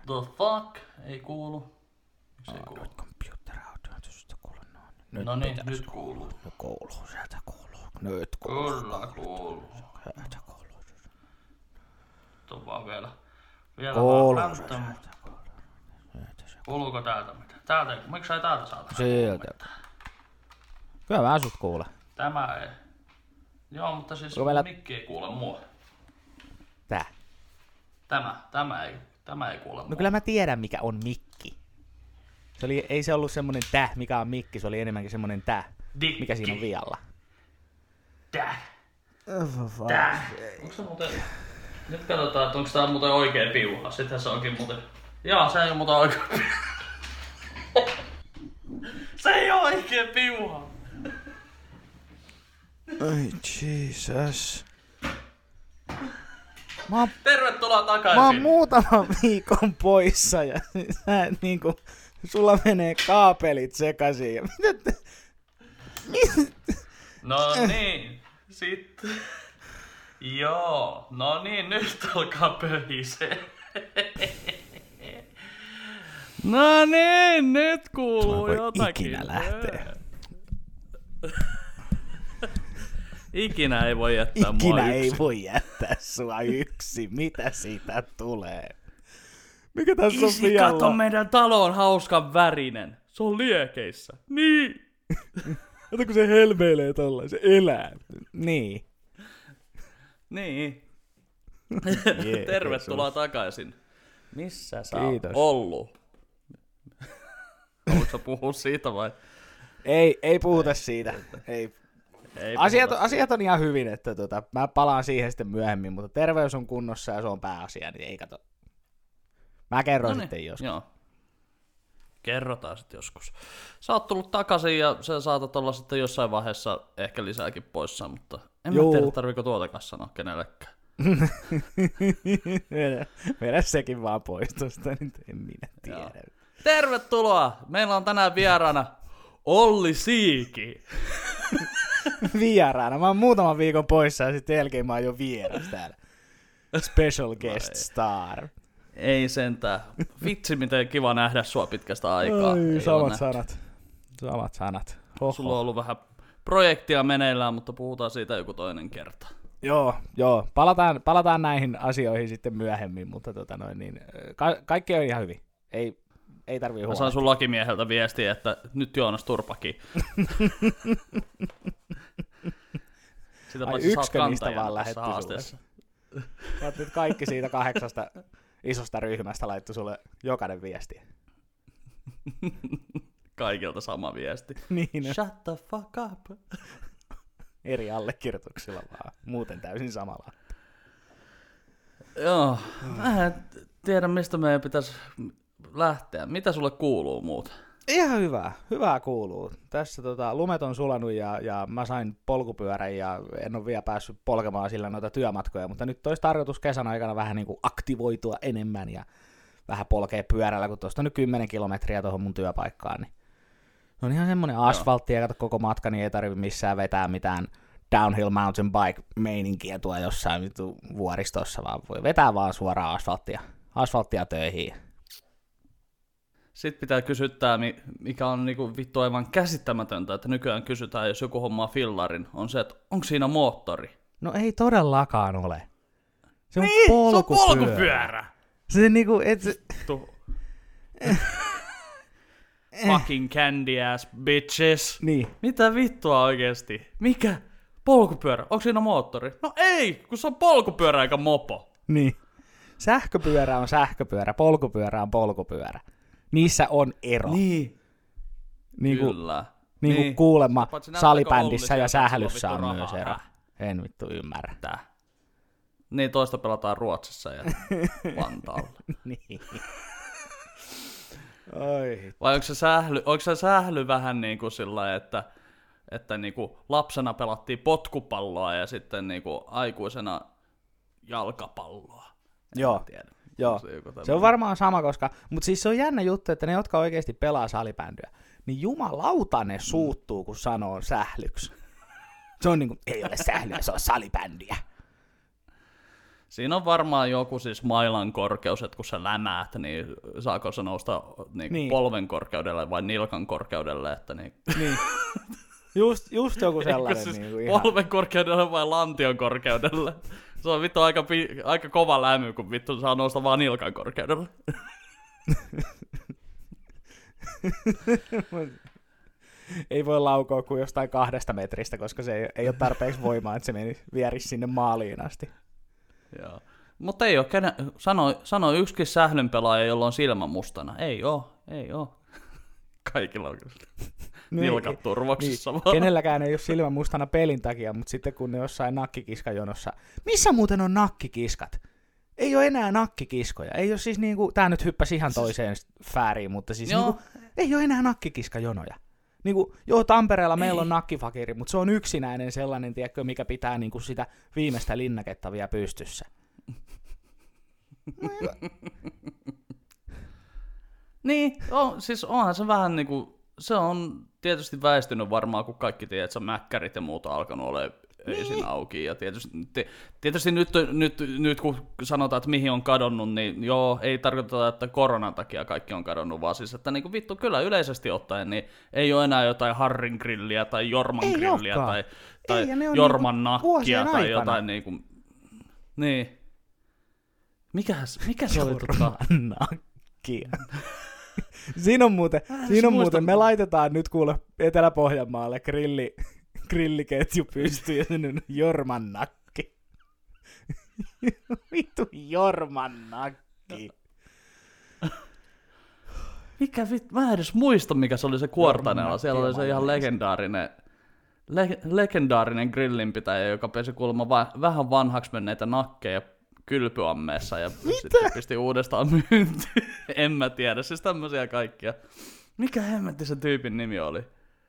The fuck? Ei kuulu. Miksi ei kuulu? Computer audio, tuosta kuuluu. No niin, nyt kuuluu. No kuuluu, sieltä kuuluu. Nyt kuuluu. Kyllä kuuluu. Sieltä kuuluu. Tuo vaan vielä Kuuluu vaan se välttämättä. sieltä kuuluu. Kuuluuko täältä mitä? Täältä, miksi ei täältä saata? Sieltä. Kyllä mä sut kuule. Tämä ei. Joo, mutta siis meillä... mikki ei kuule mua. Tää. Tämä ei kuule mua. No kyllä mä tiedän mikä on mikki. Ei se ollut semmonen täh, mikä on mikki, se oli enemmänkin semmonen täh. Dikki. Mikä siinä on vialla? Tää. Onko se muuten... Nyt katsotaan, että onko tää muuten oikein piuha. Sittenhän se onkin muuten... Jaa, se ei oo muuten oikein piuha. Se ei oo oikein piuha. Ai Jesus. Tervetuloa takaisin. Mä oon muutaman viikon poissa ja sä niinku... Sulla menee kaapelit sekaisin ja mitä te... No niin, sitten. Joo, no niin, nyt alkaa pöhisee. No niin, nyt kuuluu jotakin. Ikinä lähtee. Ikinä ei voi jättää mua Ikinä yksin. ei voi jättää sua yksin. Mitä siitä tulee? Mikä tässä on Isi, vialla? kato, meidän talo on hauskan värinen. Se on liekeissä. Niin. Kato kun se helmeilee tollain, se elää. Niin. Niin. Jeesus. Tervetuloa takaisin. Missä sä Kiitos. oot ollut? Haluatko puhua siitä vai? Ei puhuta siitä. Ei. Asiat on ihan hyvin, että mä palaan siihen sitten myöhemmin, mutta terveys on kunnossa ja se on pääasia, niin ei kato. Mä kerron sitten joskus. Joo. Kerrotaan sitten joskus. Sä oot tullut takaisin ja sä saatat olla sitten jossain vaiheessa ehkä lisääkin poissa, mutta en mä tiedä, tarviiko tuotakaan sanoa kenellekään. Vedä sekin vaan pois tosta, nyt en minä tiedä. Joo. Tervetuloa! Meillä on tänään vieraana Olli Siiki. Vieraana. Mä oon muutaman viikon poissa ja sitten jälkeen mä oon jo vieras täällä. Special guest star. Ei sentään. Vitsi, miten kiva nähdä sua pitkästä aikaa. Ai, samat sanat. Hoho. Sulla on ollut vähän projektia meneillään, mutta puhutaan siitä joku toinen kerta. Joo. Palataan näihin asioihin sitten myöhemmin, mutta kaikki on ihan hyvin. Ei tarvii huolta. Mä sain sun lakimieheltä viestiä, että nyt Joonas turpakin. Sitä Ai, yksikö niistä vaan lähetti sulle? Mä oot nyt kaikki siitä 8 isosta ryhmästä laittu sulle jokainen viesti. Kaikilta sama viesti. Niin. Shut the fuck up. Eri allekirjoituksilla vaan. Muuten täysin samalla. Joo. Mä en tiedä, mistä meidän pitäisi lähteä. Mitä sulle kuuluu muuta? Ihan hyvää kuuluu. Tässä lumet on sulanut ja mä sain polkupyörän ja en ole vielä päässyt polkemaan sillä noita työmatkoja, mutta nyt olisi tarkoitus kesän aikana vähän niin kuin aktivoitua enemmän ja vähän polkea pyörällä, kun tuosta on nyt 10 kilometriä tuohon mun työpaikkaan. Niin on ihan semmoinen asfaltti ja kato koko matka, niin ei tarvitse missään vetää mitään downhill mountain bike meininkiä tuo jossain vuoristossa, vaan voi vetää vaan suoraan asfalttia töihin. Sitten pitää kysyttää, mikä on niinku vittu aivan käsittämätöntä, että nykyään kysytään, jos joku hommaa fillarin, on se, että onko siinä moottori? No ei todellakaan ole. Se on niin, polkupyörä. Se on polkupyörä. Se niinku, Fucking candy ass bitches. Niin. Mitä vittua oikeesti? Mikä? Polkupyörä? Onko siinä moottori? No ei, kun se on polkupyörä eikä mopo. Niin. Sähköpyörä on sähköpyörä, polkupyörä on polkupyörä. Niissä on ero. Niin. Kyllä. Niin kuin kuulemma salibändissä ja sählyssä on myös ero. En vittu ymmärrä. Tää. Niin, toista pelataan Ruotsissa ja Vantaalla. Niin. Oi. Vai onko se sähly vähän niin kuin sillä, että niin kuin lapsena pelattiin potkupalloa ja sitten niin kuin aikuisena jalkapalloa? Joo. Se on varmaan sama, mutta siis se on jännä juttu, että ne, jotka oikeasti pelaa salibändyä, niin jumalauta ne suuttuu, kun sanoo sählyksi. Se on niinku, ei ole sählyä, se on salibändyä. Siinä on varmaan joku siis mailan korkeus, että kun sä lämäät, niin saako se nousta niin. polven korkeudelle vai nilkan korkeudelle, että niin. Just joku sellainen. Siis niin ihan... polven korkeudelle vai lantion korkeudelle? Se on vittu aika kova lämy, kun vittu saa nousta vaan nilkan korkeudelle. Ei voi laukoa kuin jostain 2 metristä, koska se ei ole tarpeeksi voimaa, että se vierisi sinne maaliin asti. Joo. Mutta ei ole, sano yksikin sählynpelaaja, jolla on silmä mustana. Ei oo. Kaikilla on kyllä nilkat turvoksissa niin, vaan. Kenelläkään ei ole silmä mustana pelin takia, mutta sitten kun ne jossain nakkikiskajonossa. Missä muuten on nakkikiskat? Ei ole enää nakkikiskoja. Ei ole siis niinku, tää nyt hyppäsi ihan toiseen sfääriin, mutta siis niinku, ei ole enää nakkikiskajonoja. Niinku, joo, Tampereella meillä on nakkifakiri, mutta se on yksinäinen sellainen, tiedätkö, mikä pitää niinku sitä viimeistä linnaketta vielä pystyssä. Niin, siis onhan se vähän niinku, se on tietysti väistynyt varmaan, kun kaikki tiedät, että mäkkärit ja muuta on alkanut olemaan öisin auki. Ja tietysti nyt kun sanotaan, että mihin on kadonnut, niin joo, ei tarkoita, että koronan takia kaikki on kadonnut, vaan siis, että niinku vittu, kyllä yleisesti ottaen, niin ei ole enää jotain Harrin grilliä tai Jorman grilliä tai Jorman niinku nakkia tai jotain niinku, niin. Mikä se oli nakkia? Siinä on muuten, me laitetaan nyt kuule Etelä-Pohjanmaalle grilliketju pystyy ja sen on Jorman nakki. Vittu Jorman nakki. Mä en edes muista, mikä se oli se Kuortanella. Siellä oli se ihan legendaarinen grillinpitäjä, joka pesi kuulemma vähän vanhaksi menneitä nakkeja kylpyammeessa ja sitten pisti uudestaan myyntiin. En mä tiedä, siis tämmösiä kaikkia. Mikä hemmetti se tyypin nimi oli?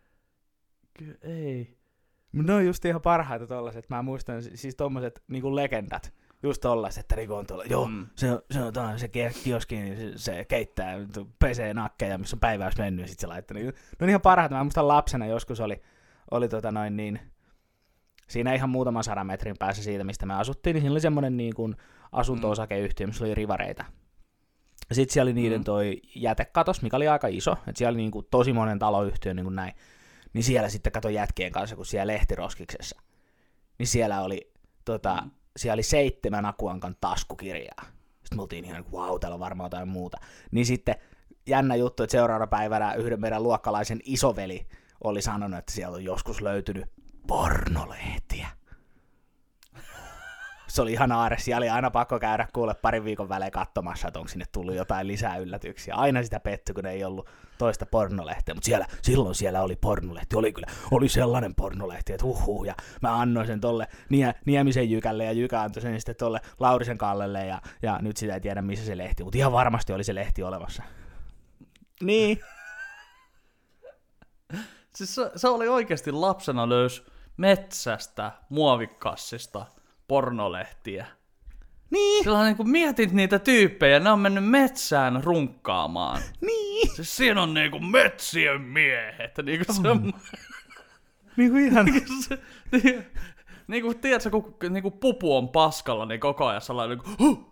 Ei. Ne on just ihan parhaita tollaset. Mä muistan siis tommoset niinku legendat. Just tollaset, että niinku on tuolla, joo, se kioski, niin se keittää, pesee nakkeja, missä on päiväys mennyt ja sit se laittaa. Ne on ihan parhaita. Mä muistan lapsena joskus oli siinä ihan muutaman 100 metrin päässä siitä, mistä me asuttiin, niin siinä oli semmoinen niin kuin asunto-osakeyhtiö, missä oli rivareita. Sitten siellä oli niiden toi jätekatos, mikä oli aika iso, että siellä oli niin kuin tosi monen taloyhtiö niin kuin näin. Niin siellä sitten kato jätkien kanssa, kun siellä Lehtiroskiksessa, niin siellä oli, siellä oli 7 Akuankan taskukirjaa. Sitten me oltiin ihan, wow, täällä on varmaan jotain muuta. Niin sitten jännä juttu, että seuraavana päivänä yhden meidän luokkalaisen isoveli oli sanonut, että sieltä on joskus löytynyt pornolehtiä. Se oli ihan aare, siellä oli aina pakko käydä kuule parin viikon välein katsomassa, että onko sinne tullut jotain lisää yllätyksiä. Aina sitä pettyi, kun ei ollut toista pornolehteä, mutta silloin siellä oli pornolehti, oli sellainen pornolehti, että ja mä annoin sen tolle Niemisen Jykälle ja Jykä antoi sen sitten tolle Laurisen Kallelle ja nyt sitä ei tiedä missä se lehti, mutta ihan varmasti oli se lehti olemassa. Niin. Siis se oli oikeasti lapsena löys metsästä, muovikassista, pornolehtiä. Niin. Silloin niin kun mietit niitä tyyppejä, ne on mennyt metsään runkkaamaan. Niin. Siis siinä on niinku metsien miehet. Niinku niinku ihan. Niinku tiedätkö, kun niinku pupu on paskalla, niin koko ajan sellainen niinku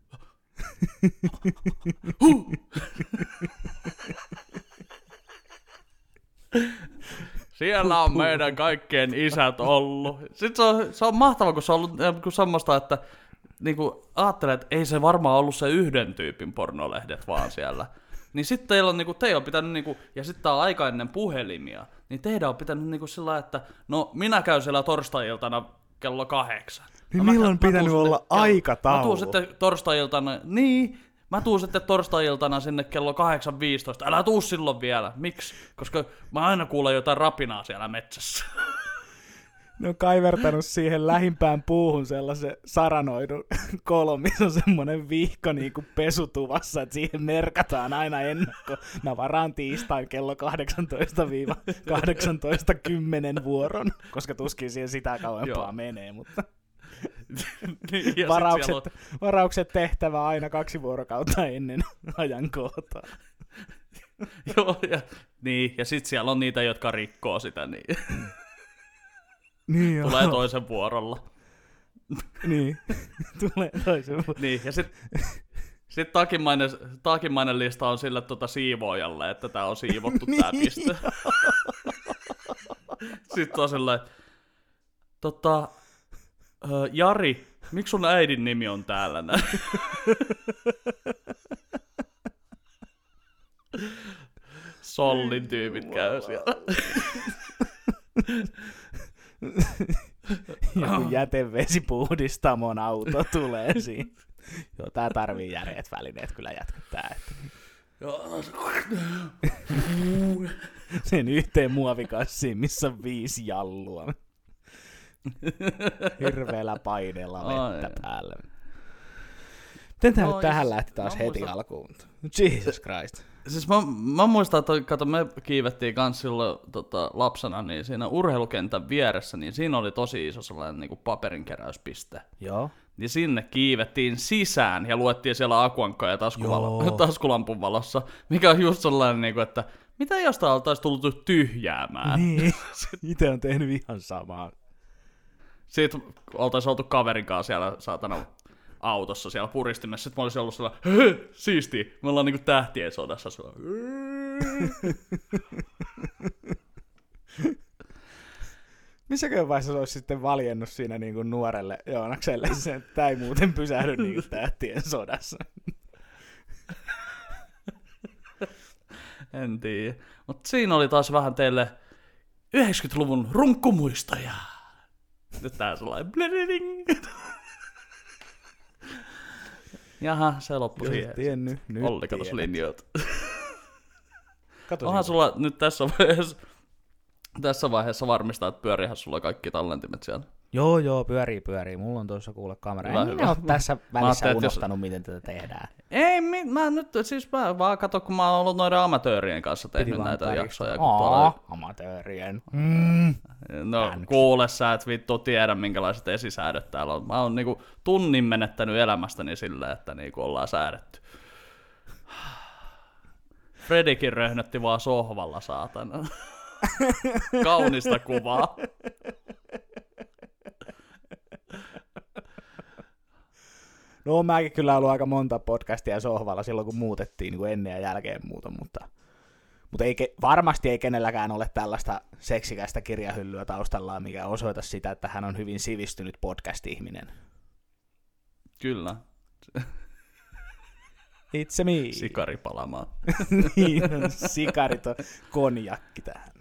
Siellä on meidän kaikkien isät ollut. Sitten se on mahtavaa, kun se on ollut semmoista, että niinku, ajattelee, että ei se varmaan ollut se yhden tyypin pornolehdet vaan siellä. Niin sitten teillä on pitänyt, niinku, ja sitten tää on aika ennen puhelimia, niin teidän on pitänyt niinku sillä, että no minä käyn siellä torstai-iltana kello 8. Niin milloin on pitänyt olla aikataulu? Mä tuun sitten torstai-iltana, mä tuun sitten torstai-iltana sinne kello 8.15. Älä tuu silloin vielä. Miksi? Koska mä aina kuulen jotain rapinaa siellä metsässä. Ne on kaivertanut siihen lähimpään puuhun sellaisen saranoidun kolon, missä on semmoinen vihko niin kuin pesutuvassa, että siihen merkataan aina ennakko. Mä varaan tiistain kello 18-18:10 vuoron, koska tuskin siihen sitä kauempaa menee, mutta niin, varaukset tehtävä aina 2 vuorokautta ennen ajankohtaa. Joo, ja sit siellä on niitä, jotka rikkoo sitä, niin niin tulee toisen vuorolla. Niin, tulee toisen. Niin, ja sit takimainen lista on sille siivoojalle, että tää on siivottu tää piste. Sitten on sellainen, Jari, miksi sun äidin nimi on täällä näin? Sollin tyypit käy siellä. Joku jätevesipuhdistamon auto tulee siinä. Joo, tää tarvii järeät välineet kyllä jätkättää. Sen yhteen muovikassiin, missä on 5 jallua. Hirveellä paineella vettä päälle. Miten tää nyt tähän lähti taas heti alkuun? Jesus Christ. Siis mä muistan, että me kiivettiin kans silloin lapsena, niin siinä urheilukentän vieressä, niin siinä oli tosi iso sellainen niin kuin paperinkeräyspiste. Joo. Niin sinne kiivettiin sisään ja luettiin siellä akuankkoja taskulampun valossa, mikä on just sellainen, niin kuin, että mitä jos tää oltaisi tullut tyhjäämään? Niin, itse on tehnyt ihan samaa. Sitten oltaisiin oltu kaverin kanssa siellä saatana autossa siellä puristimessa. Sitten mä olisin ollut sellainen, siistiä, me ollaan niinku tähtien sodassa. Missäkään vaiheessa olisi sitten valjennut siinä niinku nuorelle Joonakselle sen, että tämä ei muuten pysähdy niinku tähtien sodassa. En tiedä. Mutta siinä oli taas vähän teille 90-luvun runkkumuistoja. Nyt tää sellainen bliding. Jaha, se loppui siihen. Tiennyt, nyt Olli katos linjoita. Kato onhan sulla nyt tässä vaiheessa varmistaa, että pyörihän sulla kaikki tallentimet siellä. Joo, pyörii. Mulla on tuossa kuule kamera. En minä ole tässä välissä unohtanut, miten tätä tehdään. Ei, mä nyt, siis mä vaan kato, kun mä oon ollut noiden amatöörien kanssa tehnyt näitä jaksoja. Amatöörien. No kuule sä, et vittu tiedä, minkälaiset esisäädöt täällä on. Mä oon niinku tunnin menettänyt elämästäni silleen, että niinku ollaan säädetty. Fredikin röhnötti vaan sohvalla, saatana. Kaunista kuvaa. No on mäkin kyllä ollut aika monta podcastia sohvalla silloin, kun muutettiin niin kuin ennen ja jälkeen muuta, mutta varmasti ei kenelläkään ole tällaista seksikästä kirjahyllyä taustallaan, mikä osoita sitä, että hän on hyvin sivistynyt podcast-ihminen. Kyllä. It's me. Sikari palamaan. Niin, sikarit on konjakki tähän.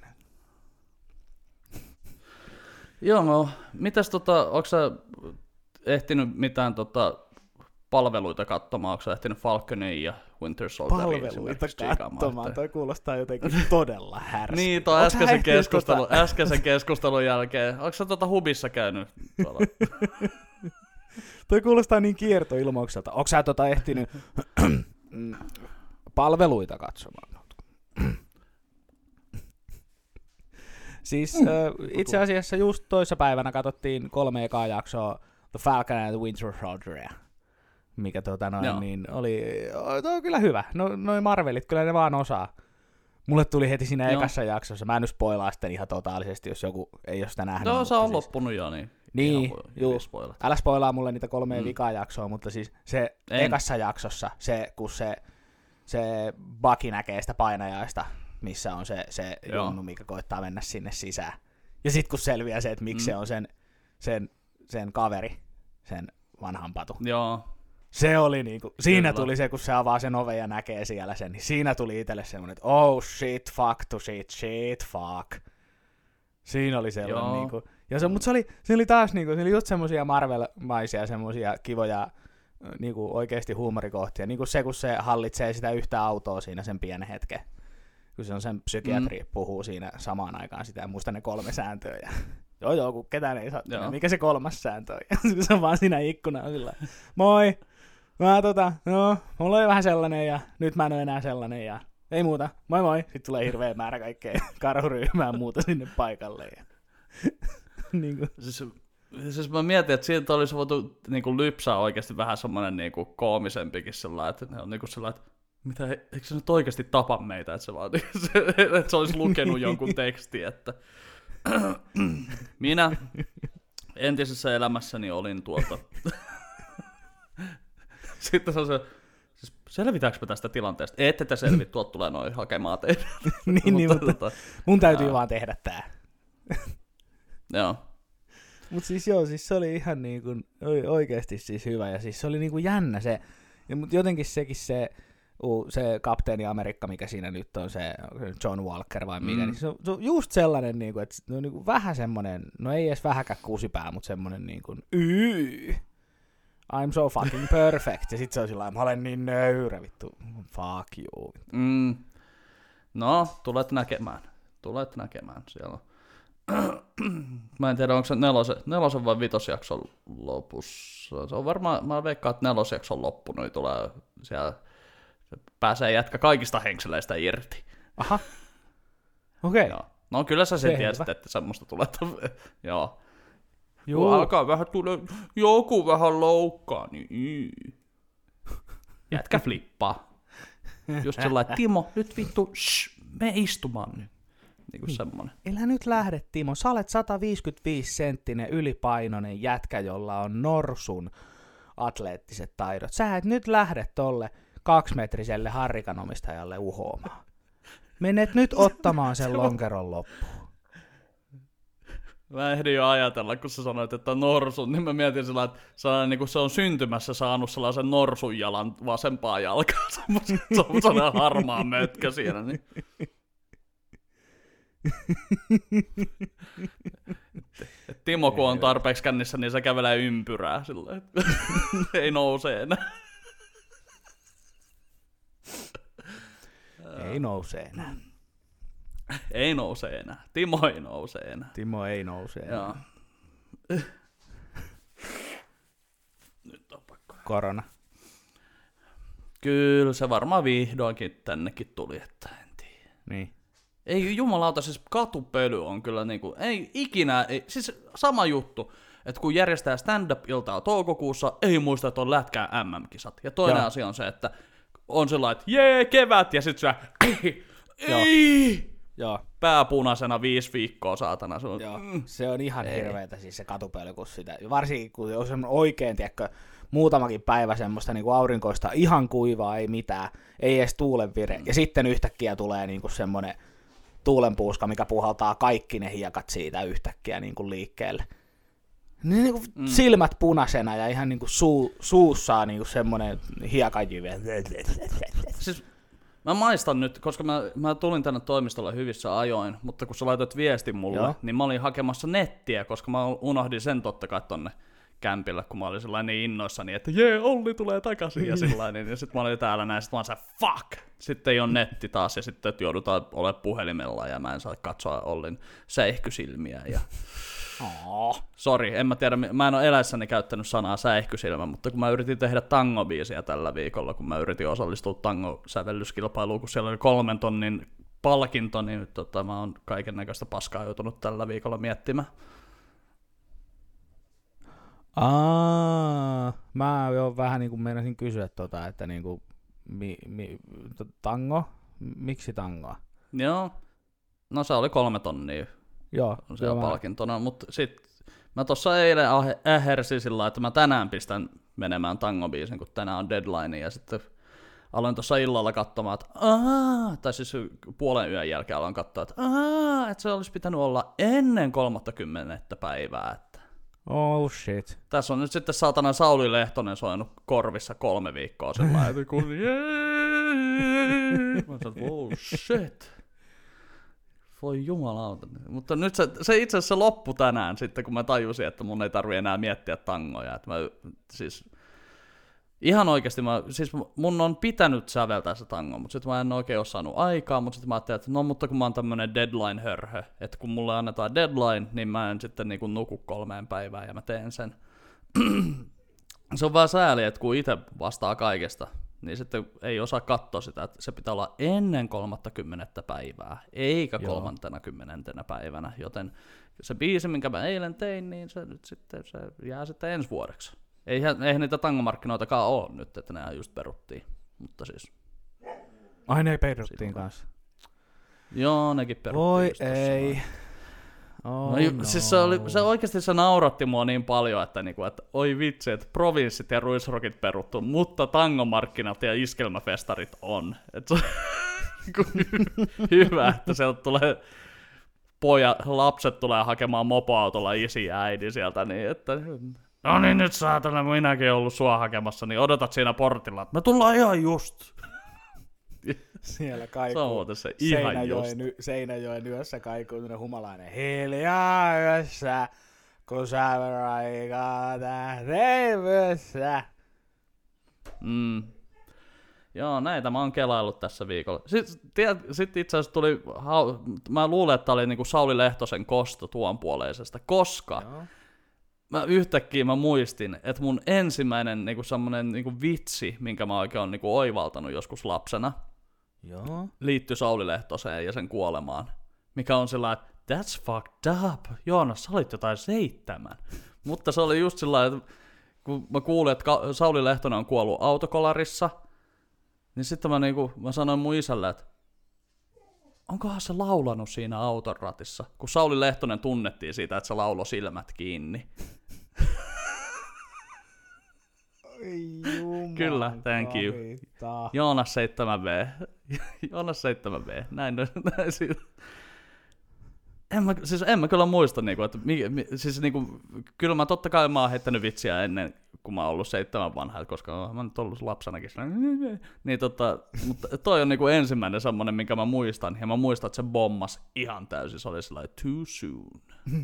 Joo, no, mitäs onko sä ehtinyt mitään palveluita katsomaan, onko sä ehtinyt Falconin ja Winter Soldierin? Palveluita katsomaan, toi kuulostaa jotenkin todella härsky. Niin, toi äskeisen keskustelun jälkeen. Onko sä Hubissa käynyt tuolla? Toi kuulostaa niin kiertoilmaukselta. Onko sä ehtinyt palveluita katsomaan? Siis itse asiassa just toissapäivänä katsottiin 3 ekaa jaksoa The Falcon and the Winter Soldier, mikä niin oli kyllä hyvä. Noi Marvelit, kyllä ne vaan osaa. Mulle tuli heti siinä ekassa jaksossa, mä en nyt spoilaa sitten ihan totaalisesti, jos joku ei ole sitä nähnyt. No se on loppunut jo, niin. Niin, juu. Älä spoilaa mulle niitä 3 vikaa jaksoa, mutta siis se ekassa jaksossa, kun se Bucky näkee sitä painajaista, missä on se junnu, mikä koittaa mennä sinne sisään. Ja sit kun selviää se, että miksi se on sen kaveri, sen vanhan patu. Joo. Se oli niinku, siinä tuli se, kun se avaa sen oven ja näkee siellä sen, niin siinä tuli itselle semmoinen, että oh shit, fuck to shit, fuck. Siinä oli sellainen niinku. Ja mutta se oli taas niinku, se oli just semmosia Marvel-maisia, semmosia kivoja niinku oikeesti huumorikohtia. Niinku se, kun se hallitsee sitä yhtä autoa siinä sen pienen hetken. Kun se on sen psykiatri puhuu siinä samaan aikaan sitä ja muista ne 3 sääntöä. Ja joo, kun ketään ei saa tehdä. Mikä se 3. sääntö on? Ja se on vaan siinä ikkunaan sillä moi, mä mulla oli vähän sellainen ja nyt mä en ole enää sellainen ja ei muuta, moi. Sitten tulee hirveä määrä kaikkea karhuryhmää muuta sinne paikalle. Ja niin kuin. Siis mä mietin, että siitä olisi voitu niin lypsää oikeasti vähän semmoinen niin koomisempikin sellainen, että ne on niin sellainen, että mitä, eikö se nyt oikeasti tapa meitä, että se, vaan, että se olisi lukenut jonkun tekstin, että minä entisessä elämässäni olin Sitten se on se, siis selvitäänkö me tästä tilanteesta? Ette te selvit, tuot tulee noin hakemaan teidät. mutta mun täytyy vaan tehdä tää. Joo. Mut siis se oli ihan niinku oikeesti siis hyvä ja siis se oli niinku jännä se. Ja mut jotenkin sekin se kapteeni Amerikka, mikä siinä nyt on, se John Walker vai mikä, niin se on just sellainen, niinku, että se on niinku vähän semmonen, no ei edes vähäkään kusipää, mutta semmonen niinku, I'm so fucking perfect. Ja sit se on sillä mä olen niin nöyrä, vittu, fuck you. No, tulet näkemään siellä on. Mä en tiedä, onko se nelosen vai vitosjakson lopussa. Se on varmaan, mä veikkaan, että nelosjakson loppu, niin tulee siellä, pääsee jätkä kaikista henkseleistä irti. Aha. Okei. Okay. No kyllä sä sen tiesit, että semmoista tulee. Joo. Joo. Alkaa vähän tulee, joku vähän loukkaa, niin jätkä flippaa. Just sellainen, Timo, nyt vittu, me istumaan nyt. Niin kuin semmonen. Elä nyt lähde, Timo. Sä olet 155-senttinen ylipainoinen jätkä, jolla on norsun atleettiset taidot. Sä et nyt lähde tolle 2-metriselle harrikanomistajalle uhoamaan. Menet nyt ottamaan sen lonkeron loppuun. Mä ehdin jo ajatella, kun sä sanoit, että norsun, niin mä mietin sillä, että niin kuin se on syntymässä saanut sellaisen norsun jalan vasempaa jalkaa. Sellainen harmaa mötkä siinä. Niin. Timo, kun on tarpeeksi kännissä, niin se kävelee ympyrää silleen, ei nouse enää. Ei nouse enää. Ei nouse enää. Timo ei nouse enää. Timo ei nouse enää. Nyt on pakko. Korona. Kyllä se varmaan vihdoinkin tännekin tuli, että en tiedä. Niin. Ei jumalauta, siis katupöly on kyllä niinku, ei ikinä, siis sama juttu, että kun järjestää stand-up-iltaa toukokuussa, ei muista, että on lätkää MM-kisat. Ja toinen asia on se, että on sellainen, että jee, kevät, ja sit sä, ei, pää punaisena 5 viikkoa, saatana. Se on ihan hirveetä siis se katupöly, kun sitä, varsinkin kun on semmoinen oikein, tiedätkö, muutamakin päivä semmoista niin kuin aurinkoista, ihan kuivaa, ei mitään, ei edes tuulenvire, ja sitten yhtäkkiä tulee niin kuin semmoinen tuulenpuuska, mikä puhaltaa kaikki ne hiekat siitä yhtäkkiä niin kuin liikkeelle. Niin kuin silmät punaisena ja ihan niin kuin suussa niin kuin semmoinen hiekanjyvi. Siis mä maistan nyt, koska mä tulin tänne toimistolle hyvissä ajoin, mutta kun sä laitoit viestin mulle, niin mä olin hakemassa nettiä, koska mä unohdin sen totta kai tonne kämpillä, kun mä olin sellainen niin innoissani, että jee, Olli tulee takaisin ja sellainen, ja sit mä olin täällä näin, ja sit mä olin se, fuck! Sitten ei ole netti taas, ja sitten joudutaan olemaan puhelimella, ja mä en saa katsoa Ollin säihkysilmiä, ja sori, en mä tiedä, mä en ole eläessäni käyttänyt sanaa säihkysilmä, mutta kun mä yritin tehdä tangobiisiä tällä viikolla, kun mä yritin osallistua tangosävellyskilpailuun, kun siellä oli 3 tonnin palkinto, niin mä oon kaiken näköistä paskaa joutunut tällä viikolla miettimään. Mä jo vähän niin kuin meinasin kysyä että niin kuin, tango? Miksi tangoa? Joo, no se oli 3 tonnia. Joo, se on palkintona, mutta sit mä tossa eilen ähersin sillä, että mä tänään pistän menemään tangobiisin, kun tänään on deadline, ja sitten aloin tuossa illalla katsomaan, että tai siis puolen yön jälkeen aloin katsoa, että se olisi pitänyt olla ennen 30. päivää, että oh shit. Tässä on nyt sitten saatana Sauli Lehtonen soinut korvissa 3 viikkoa sillä, että kun mä sanoin, oh shit. Voi jumalauta. Mutta nyt se itse asiassa loppui tänään sitten, kun mä tajusin, että mun ei tarvi enää miettiä tangoja. Että mä, siis, ihan oikeasti, siis mun on pitänyt säveltää se tango, mutta sitten mä en oikein ole saanut aikaa, mutta sitten mä ajattelin, että no mutta kun mä oon tämmönen deadline-hörhö, että kun mulle annetaan deadline, niin mä en sitten niin kuin nuku 3 päivää ja mä teen sen. Se on vaan sääli, että kun itse vastaa kaikesta, niin sitten ei osaa katsoa sitä, että se pitää olla ennen 30. päivää, eikä 30. päivänä, joten se biisi, minkä mä eilen tein, niin se nyt sitten se jää sitten ensi vuodeksi. Eihän niitä tangomarkkinoitakaan ole nyt, että ne just peruttiin, mutta siis. Ai ne peruttiin kanssa. Joo, nekin peruttiin. Voi ei. Siis se oikeasti se nauratti mua niin paljon, että, niinku, että oi vitsi, että provinssit ja ruisrokit peruttu, mutta tangomarkkinat ja iskelmäfestarit on. Et se on hyvä, että sieltä tulee lapset tulee hakemaan mopoautolla isi ja äidin sieltä, niin että no niin, nyt saatana, minäkin ollut sua hakemassa, niin odotat siinä portilla, että me tullaan ihan just. Siellä kaikuu se Seinäjoen yössä kaikuu humalainen hiljaa yössä, kun sävelaikaa tähteivyössä. Joo, näitä mä oon kelaillut tässä viikolla. Sitten itse asiassa tuli, mä luulen, että tää oli niinku Sauli Lehtosen kosto tuon puoleisesta, koska yhtäkkiä mä muistin, että mun ensimmäinen niinku semmonen niinku vitsi, minkä mä oikein oon niinku oivaltanut joskus lapsena, liittyi Sauli Lehtoseen ja sen kuolemaan, mikä on sellainen, että that's fucked up, Joonas, sä olit jotain 7. Mutta se oli just sellainen, että kun mä kuulin, että Sauli Lehtonen on kuollut autokolarissa, niin sitten mä sanoin mun isälle, että onkohan se laulanut siinä auton ratissa, kun Sauli Lehtonen tunnettiin siitä, että se lauloi silmät kiinni. Kyllä, thank you. Joonas 7B. Joonas 7B. Näin siitä. En mä kyllä muista, niinku, että kyllä mä totta kai mä oon heittänyt vitsiä ennen, kun mä oon ollut 7 vanha, koska mä nyt ollut lapsenakin. Niin mutta toi on niinku ensimmäinen semmonen, minkä mä muistan, ja mä muistan, että se bommas ihan täysin, se oli sellainen too soon.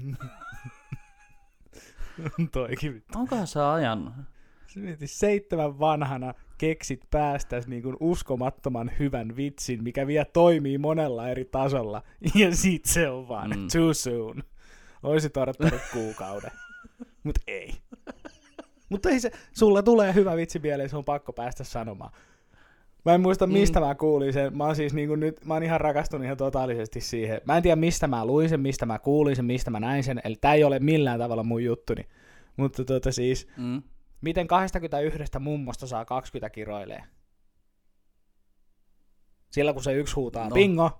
Toikin. Onkohan se ajan? 7 vanhana keksit päästäs niin kuin uskomattoman hyvän vitsin, mikä vielä toimii monella eri tasolla, ja sit se on vaan too soon. Oisit odottanut kuukauden. Mut ei. Mutta ei se, sulla tulee hyvä vitsi mieleen, se on pakko päästä sanomaan. Mä en muista, mistä mä kuulin sen. Mä oon siis niin kuin nyt, mä oon ihan rakastunut ihan totaalisesti siihen. Mä en tiedä, mistä mä luin sen, mistä mä kuulin sen, mistä mä näin sen. Eli tää ei ole millään tavalla mun juttuni. Mutta siis, miten 21 mummosta saa 20 kiroilee? Sillä kun se yksi huutaa, bingo!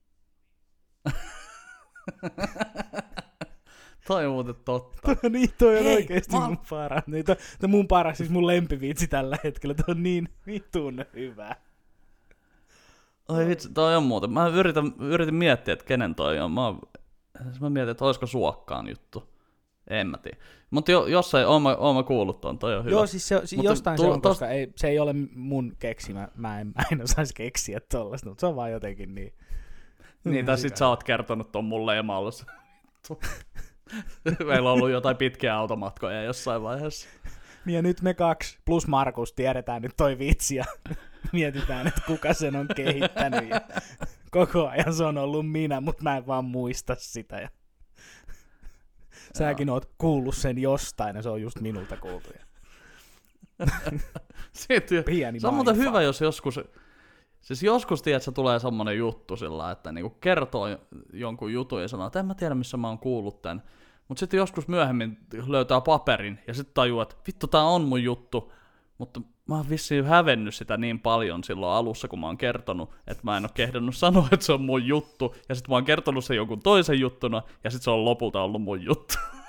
Toi on muuten totta. Niin, toi on oikeesti mun paras. Niin, mun paras, siis mun lempiviitsi tällä hetkellä. Toi on niin vitun hyvä. Oi vitsi, toi on muuten. Mä yritin miettiä, että kenen toi on. Mä mietin, että olisiko Suokkaan juttu. En mä tiedä. Mutta jossain oon mä kuullut ton, toi on hyvä. Joo, siis jostain se on, koska se ei ole mun keksimä. Mä en osaisi keksiä tollaista, mutta se on vaan jotenkin niin. Niin, tai sit sä oot kertonut ton mulle ja mä ollut. Meillä on ollut jotain pitkiä automatkoja jossain vaiheessa. Niin ja nyt me 2 plus Markus tiedetään nyt toi vitsi ja mietitään, että kuka sen on kehittänyt. Ja koko ajan se on ollut minä, mutta mä en vaan muista sitä. Ja säkin oot kuullut sen jostain ja se on just minulta kuultu. Se on muuten hyvä, jos joskus... Siis joskus, tiedätkö, tulee semmonen juttu sillä, että niinku kertoo jonkun jutun ja sanoo, että en mä tiedä, missä mä oon kuullut tän. Mutta sitten joskus myöhemmin löytää paperin ja sitten tajuu, että vittu, tää on mun juttu. Mutta mä oon vissiin hävennyt sitä niin paljon silloin alussa, kun mä oon kertonut, että mä en oo kehdannut sanoa, että se on mun juttu. Ja sitten mä oon kertonut sen jonkun toisen juttuna ja sitten se on lopulta ollut mun juttu.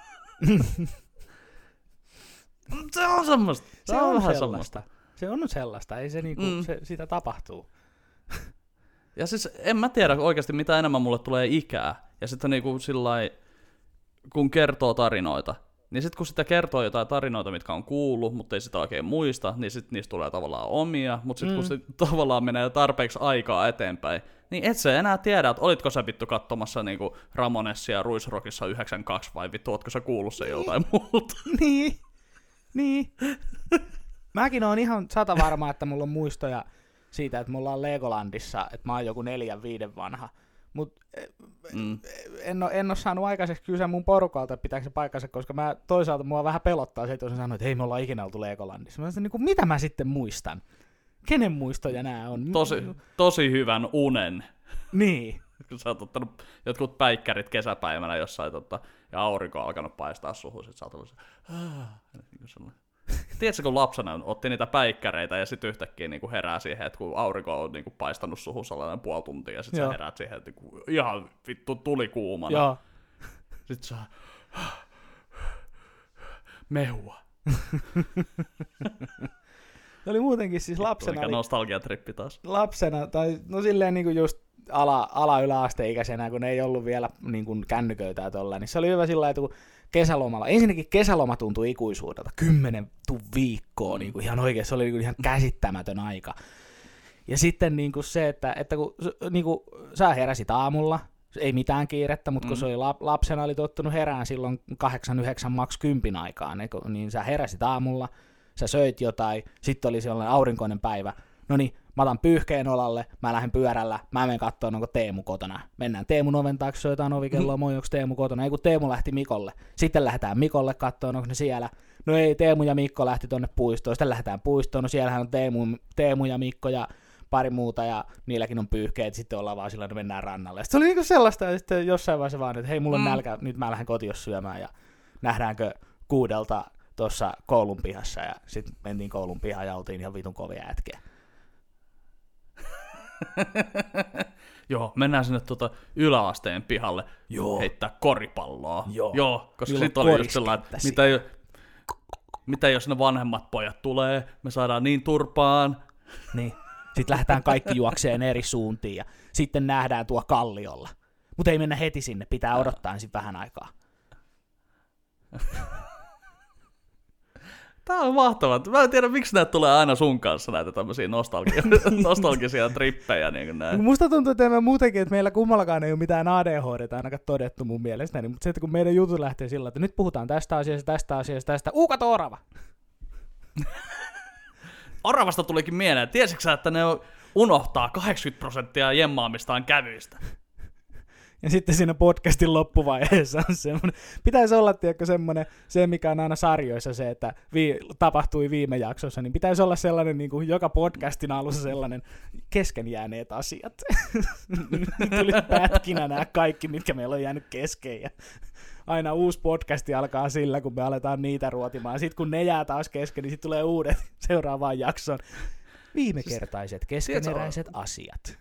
Se on semmoista. Se on vähän semmoista. Se on sellaista, ei se niinku, sitä tapahtuu. Ja siis en mä tiedä oikeasti mitä enemmän mulle tulee ikää. Ja sitten niinku sillai, kun kertoo tarinoita, niin sitten kun sitä kertoo jotain tarinoita, mitkä on kuullut, mutta ei sitä oikein muista, niin sitten niistä tulee tavallaan omia. Mutta sitten kun se tavallaan menee tarpeeksi aikaa eteenpäin, niin et sä enää tiedä, että olitko sä vittu katsomassa niinku Ramonessia Ruisrockissa 92 vai vittu, ootko sä kuullut sen joltain muuta. Niin. Mäkin oon ihan 100 varma, että mulla on muistoja siitä, että mulla on Legolandissa, että mä oon joku 4-5 vanha. Mut en oo saanut aikaiseksi kysyä mun porukalta, että pitääkö se paikkansa, koska mä toisaalta mua vähän pelottaa se, että jos mä sanon, että hei, me ollaan ikinä oltu Legolandissa. Mä sanoin, mitä mä sitten muistan? Kenen muistoja nää on? Tosi hyvän unen. Niin. Kun sä oot ottanut jotkut päikkärit kesäpäivänä jossain ja aurinko on alkanut paistaa suhun, sit sä oot ollut sellainen. Tiedätkö, kun lapsena otti niitä päikkäreitä ja sitten yhtäkkiä niinku herää siihen, että kun aurinko on niinku paistanut suhun sellainen puoli tuntia ja sitten sä heräät siihen, että ihan vittu tuli kuumana. Joo. sit saa mehua. Se oli muutenkin siis lapsena. Mikä nostalgiatrippi taas. Lapsena, tai no silleen niinku just ala-yläasteikäisenä, kun ei ollut vielä niinku kännyköitä ja tolleen, niin se oli hyvä sillä lailla, että kun kesälomalla, ensinnäkin kesäloma tuntui ikuisuudelta, 10 viikkoa, niinku ihan oikein, se oli niinku ihan käsittämätön aika. Ja sitten niinku se, että kun niinku, sä heräsit aamulla, ei mitään kiirettä, mutta kun se oli lapsena oli tottunut herään silloin 8-9 maks 10 aikaan, niin sä heräsit aamulla, sä söit jotain, sitten oli sellainen aurinkoinen päivä, no niin, mä otan pyyhkeen olalle, mä lähden pyörällä, mä menen katsoa, onko Teemu kotona. Mennään Teemun oven taakse, soitaan ovikelloa, moi, onko Teemu kotona? Ei kun Teemu lähti Mikolle. Sitten lähdetään Mikolle katsoa, onko ne siellä. No ei, Teemu ja Mikko lähti tonne puistoon, sitten lähdetään puistoon, no siellähän on Teemu ja Mikko ja pari muuta, ja niilläkin on pyyhkeet, sitten ollaan vaan sillä, että mennään rannalle. Sitten se oli niinku sellaista, ja sitten jossain vaiheessa vaan, että hei, mulla on nälkä, nyt mä lähden kotiin syömään, ja nähdäänkö 6 tuossa koulun pihassa, ja sitten mentiin koulun pihaan ja oltiin ihan vitun kovia jätkiä. Joo, mennään sinne yläasteen pihalle heittää koripalloa. Joo, koska sitten oli just sellainen, mitä jos ne vanhemmat pojat tulee, me saadaan niin turpaan. Niin, sitten lähdetään kaikki juokseen eri suuntiin ja sitten nähdään tuo kalliolla. Mutta ei mennä heti sinne, pitää odottaa ensin vähän aikaa. Tää on mahtavaa. Mä en tiedä, miksi näitä tulee aina sun kanssa, näitä tämmöisiä nostalgisia trippejä. Niin näin. Musta tuntuu, että muutenkin, että meillä kummallakaan ei ole mitään ADHDta ainakaan todettu mun mielestäni, mutta se, että kun meidän jutut lähtee sillä, että nyt puhutaan tästä asiasta, kato orava! Oravasta tulikin mieleen. Tiesitkö sä, että ne unohtaa 80% jemmaamistaan kävyistä? Ja sitten siinä podcastin loppuvaiheessa on semmoinen, pitäisi olla semmoinen, se mikä on aina sarjoissa se, että tapahtui viime jaksossa, niin pitäisi olla sellainen niin kuin joka podcastin alussa sellainen kesken jääneet asiat. Nyt tuli pätkinä nämä kaikki, mitkä meillä on jäänyt kesken. Ja aina uusi podcasti alkaa sillä, kun me aletaan niitä ruotimaan. Sitten kun ne jää taas kesken, niin sitten tulee uudet seuraavaan jaksoon. Viimekertaiset keskeneräiset asiat.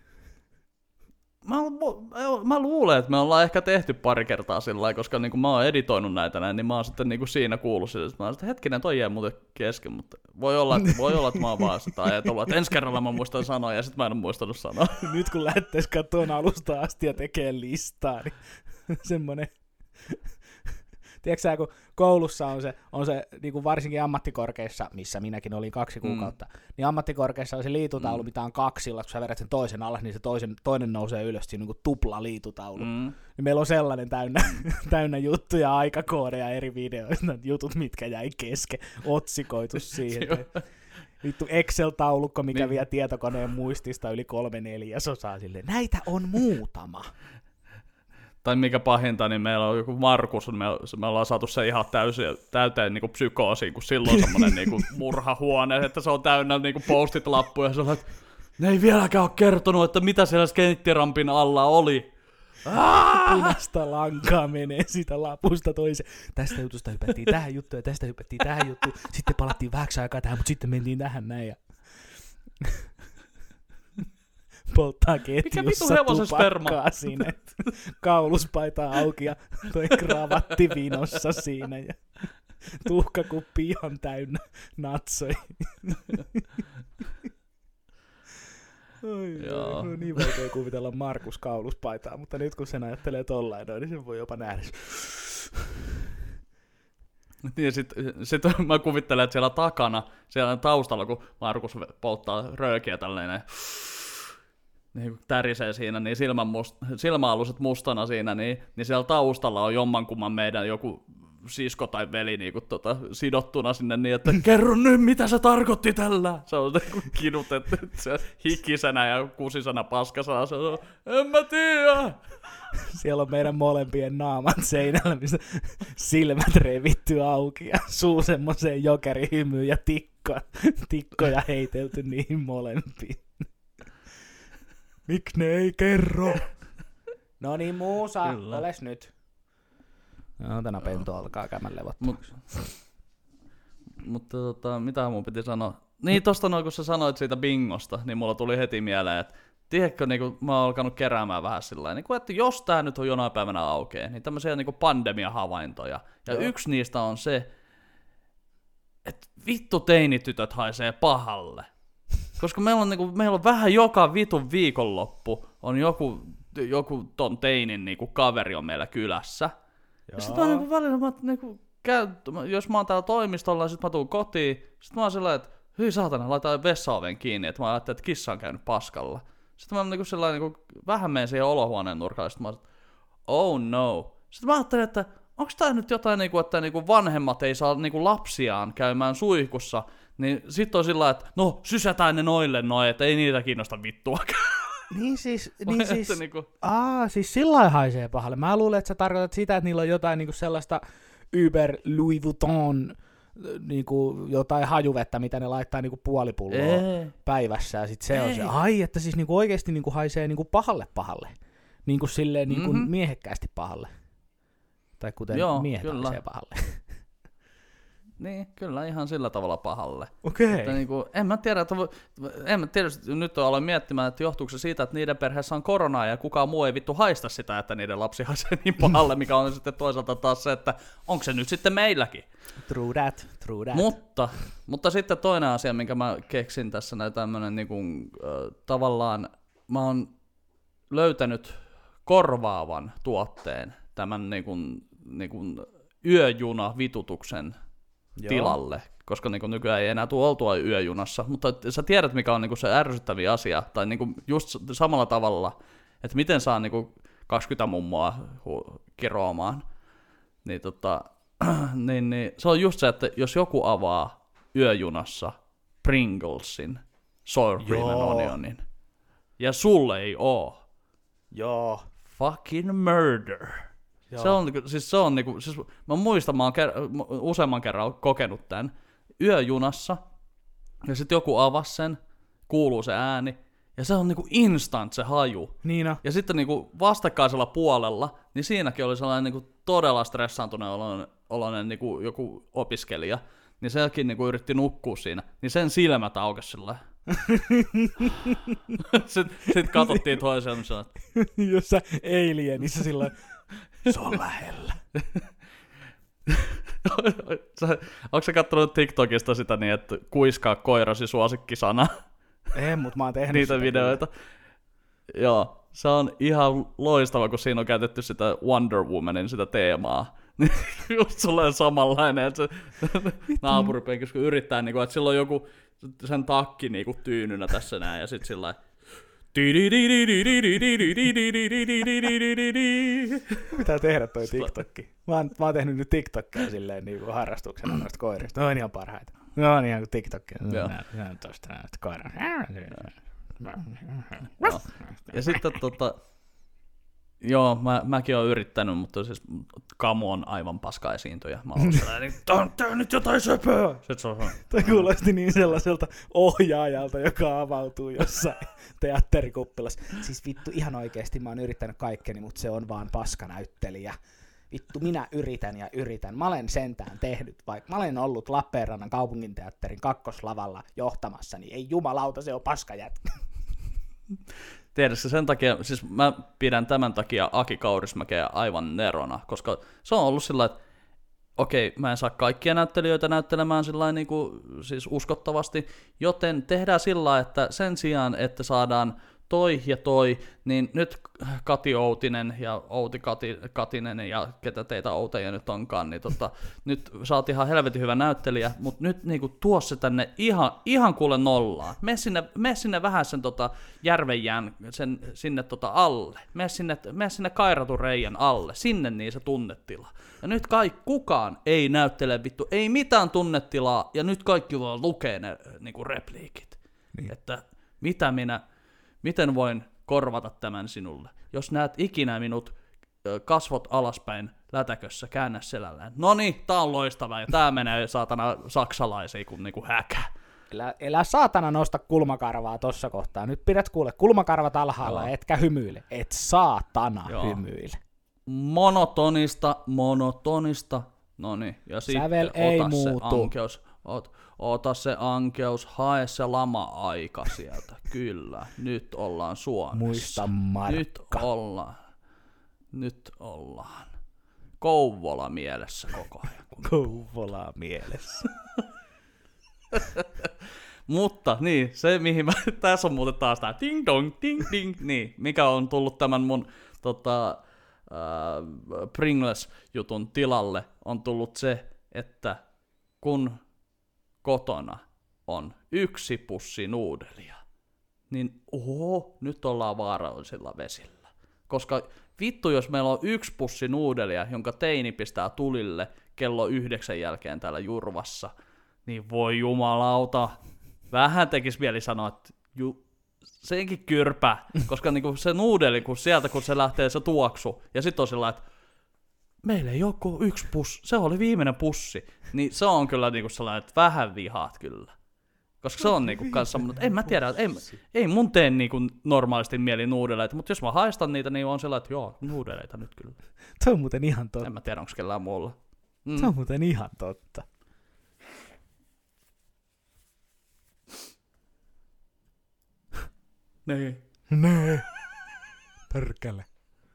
Mä luulen, että me ollaan ehkä tehty pari kertaa sillä lailla, koska niin mä oon editoinut näitä näin, niin mä oon sitten niin siinä kuullut sillä, että mä oon sitten, hetkinen, toi jää muuten kesken, mutta voi olla, että mä oon vaan sitä ajatellut, että ensi kerralla mä muistan sanoa, ja sitten mä en ole muistanut sanoa. Nyt kun lähtäis katsomaan alusta asti ja tekee listaa, niin semmoinen. Tiedätkö sä, kun koulussa on se niin kuin varsinkin ammattikorkeissa, missä minäkin olin 2 kuukautta, niin ammattikorkeissa on se liitutaulu, mitä on 2, kun sä vedät sen toisen alas, niin se toinen nousee ylös, siinä niin kuin tupla liitutaulu. Niin meillä on sellainen täynnä juttuja, aikakoodeja eri videoista, jutut, mitkä jäi kesken, otsikoitu siihen. Vittu Excel-taulukko, mikä vie tietokoneen muistista yli 3/4 silleen. Näitä on muutama. Tai mikä pahinta, niin meillä on joku Markus, me ollaan saatu se ihan täyteen niin kuin psykoosiin, kun silloin semmoinen niin kuin murhahuone, että se on täynnä niin kuin postit-lappuja, ja se on, että ne ei vieläkään ole kertonut, että mitä siellä skeittirampin alla oli. Punaista lankaa menee siitä lapusta toiseen. Tästä jutusta hypättiin tähän juttuun ja tästä hypättiin tähän juttuun. Sitten palattiin vähäksi aikaa tähän, mutta sitten mentiin tähän näin. Ja polttaa ketjussa tupakkaa siinä. Kauluspaita auki ja toi kravatti vinossa siinä. Ja tuhkakuppi ihan täynnä natsoi. Oi, on niin vaikea kuvitella Markus kauluspaitaa, mutta nyt kun sen ajattelee tollain, niin sen voi jopa nähdä. Niin, sit mä kuvittelen, että siellä takana, siellä taustalla, kun Markus polttaa röökiä tällainen, niin tärisee siinä, niin silmäaluset mustana siinä, niin siellä taustalla on jommankumman meidän joku sisko tai veli niin kuin, sidottuna sinne niin, että kerro nyt, mitä se tarkoitti tällä. Se on kidutettu se hikisenä ja kusisena paskasena. Se on, en mä tiedä. Siellä on meidän molempien naamat seinällä, missä silmät revitty auki ja suu semmoiseen jokerihymyyn ja tikkoja heitelty niihin molempiin. Miksi ne ei kerro? No niin, Muusa, oles nyt. No, tänä pentu alkaa käymään levottavaksi. Mutta mitä mun piti sanoa? Niin, tosta noin, kun sä sanoit siitä bingosta, niin mulla tuli heti mieleen, että tiedätkö, niinku, mä oon alkanut keräämään vähän sillä niinku, että jos tää nyt on jonain päivänä aukeaa, niin tämmöisiä niinku pandemia-havaintoja. Ja yksi niistä on se, että vittu teinitytöt haisee pahalle. Koska meillä on vähän joka vitun viikonloppu, on joku ton teinin niinku kaveri on meillä kylässä. Ja sit mä niinku välillä, jos mä oon täällä toimistolla ja sit mä tuun kotiin, sit mä oon sellainen, että hyi saatana, laitan vessaoven kiinni, että mä ajattelin, että kissa on käynyt paskalla. Sitten mä oon niinku sellainen, niinku, vähän menen siihen olohuoneen nurkalle, sit mä oon, oh no. Sitten mä ajattelin, että onks tää nyt jotain, niinku, että niinku vanhemmat ei saa niinku lapsiaan käymään suihkussa, niin sit on sillä että no sysätään ne noille noin, että ei niitä kiinnosta vittuakaan. Siis sillä haisee pahalle. Mä luulen, että sä tarkoitat sitä, että niillä on jotain niinku sellaista Uber Louis Vuitton niinku jotain hajuvettä, mitä ne laittaa niinku puolipulloa päivässä, ja sit se on se, että siis niinku oikeesti niinku haisee niinku pahalle. Niinku silleen niinku miehekkäästi pahalle. Tai kuten miehet haisee pahalle. Niin, kyllä ihan sillä tavalla pahalle. Okei. Niinku, en mä tiedä, nyt aloin miettimään, että johtuuko se siitä, että niiden perheessä on koronaa ja kukaan muu ei vittu haista sitä, että niiden lapsi haisee niin pahalle, mikä on sitten toisaalta taas se, että onko se nyt sitten meilläkin. True that. Mutta sitten toinen asia, minkä mä keksin tässä, näin tämmönen niinku, tavallaan, mä oon löytänyt korvaavan tuotteen tämän niinku yöjuna-vitutuksen tilalle, koska niinku nykyään ei enää tule oltua yöjunassa, mutta sä tiedät, mikä on niinku se ärsyttävä asia, tai niinku just samalla tavalla, että miten saa niinku 20 mummoa kiroamaan, niin, niin se on just se, että jos joku avaa yöjunassa Pringlesin sour cream and onionin, ja sulle ei oo, fucking murder. Mä muistan, mä oon useamman kerran kokenut tän yöjunassa, ja sit joku avasi sen, kuuluu se ääni, ja se on niinku instant se haju. Niina. Ja sitten niinku vastakkaisella puolella, niin siinäkin oli sellainen niinku todella stressaantuneen oloinen niinku joku opiskelija, niin sekin niinku yritti nukkua siinä, niin sen silmät aukesi sillä Sitten katsottiin toiseen, jossa alienissa sillä se on lähellä. Onko sä kattonut TikTokista sitä niin, että kuiskaa koirasi suosikkisana? En, mutta mä oon tehnyt niitä videoita. Joo, se on ihan loistava, kun siinä on käytetty sitä Wonder Womanin sitä teemaa. Just sulle samanlainen, että se naapuripenki, kun yrittää, että sillä on joku sen takki tyynynä tässä näin, ja sit sillä Mitä tehdä toi TikTokki? Mä oon tehnyt nyt TikTokkia silleen niin harrastuksena noista koirista. Ne on ihan parhaita. Ne on ihan kuin TikTokkia. Ne on tosta näistä koiraa. Ja sitten joo, mäkin oon yrittänyt, mutta siis Kamu on aivan paska esiintyjä. Mä oon sellainen, tää nyt jotain söpöä! Toi kuulosti niin sellaiselta ohjaajalta, joka avautuu jossain teatterikuppilassa. Siis vittu, ihan oikeesti mä oon yrittänyt kaikkeni, mutta se on vaan paskanäyttelijä. Vittu, minä yritän. Mä olen sentään tehnyt, vaikka mä olen ollut Lappeenrannan kaupunginteatterin kakkoslavalla johtamassa, niin ei jumalauta, se on paskajätkä. Tiedätkö, sen takia, siis mä pidän tämän takia Aki Kaurismäkeä aivan nerona, koska se on ollut sillä että okei, mä en saa kaikkia näyttelijöitä näyttelemään sillä siis uskottavasti, joten tehdään sillä että sen sijaan, että saadaan toi ja toi, niin nyt Kati Outinen ja Outi Katinen ja ketä teitä outeja nyt onkaan, niin nyt saat ihan helvetin hyvä näyttelijä, mutta nyt tuo se tänne ihan kuule nollaan. Mene sinne vähän sen järvenjään sinne alle. Mene sinne kairatun reijän alle, sinne niin se tunnetila. Ja nyt kukaan ei näyttele vittu, ei mitään tunnetilaa, ja nyt kaikki vaan lukee ne repliikit. Niin. Että miten voin korvata tämän sinulle? Jos näet ikinä minut kasvot alaspäin lätäkössä, käännä selällään. Noniin, tää on loistava ja tää menee saatana saksalaisiin kuin häkä. Elä saatana nosta kulmakarvaa tossa kohtaa. Nyt pidät kuule kulmakarvat alhaalla, etkä hymyile. Et saatana hymyile. Monotonista. Noniin, ja sitten sävel ei ota muutu. Se ankeus. ota se ankeus, hae se lama-aika sieltä. Kyllä, nyt ollaan Suomessa. Muista Markka. Nyt ollaan. Kouvola mielessä koko ajan. Kouvolaa mielessä. Mutta niin, se mihin tässä on muuten taas tää ding dong, ding ding, niin, mikä on tullut tämän mun Pringles-jutun tilalle, on tullut se, että kun kotona on 1 pussi nuudelia, niin nyt ollaan vaarallisilla vesillä. Koska vittu, jos meillä on 1 pussi nuudelia, jonka teini pistää tulille kello 9 jälkeen täällä Jurvassa, niin voi jumalauta, vähän tekisi mieli sanoa, että senkin kyrpää, koska niinku se nuudeli, kun sieltä kun se lähtee se tuoksu, ja sitten on sillä, että meillä ei ole kuin 1 pussi, se oli viimeinen pussi, niin se on kyllä niinku sellainen, että vähän vihaat kyllä. Koska se on niinku kanssa semmoinen, että en mä tiedä, ei mun tee niinku normaalisti mieli nuudeleita, mutta jos mä haistan niitä, niin on sellainen, että joo, nuudeleita nyt kyllä. Se on muuten ihan totta. En mä tiedä, onko kellään muulla. Se on muuten ihan totta. Nee. Perkele.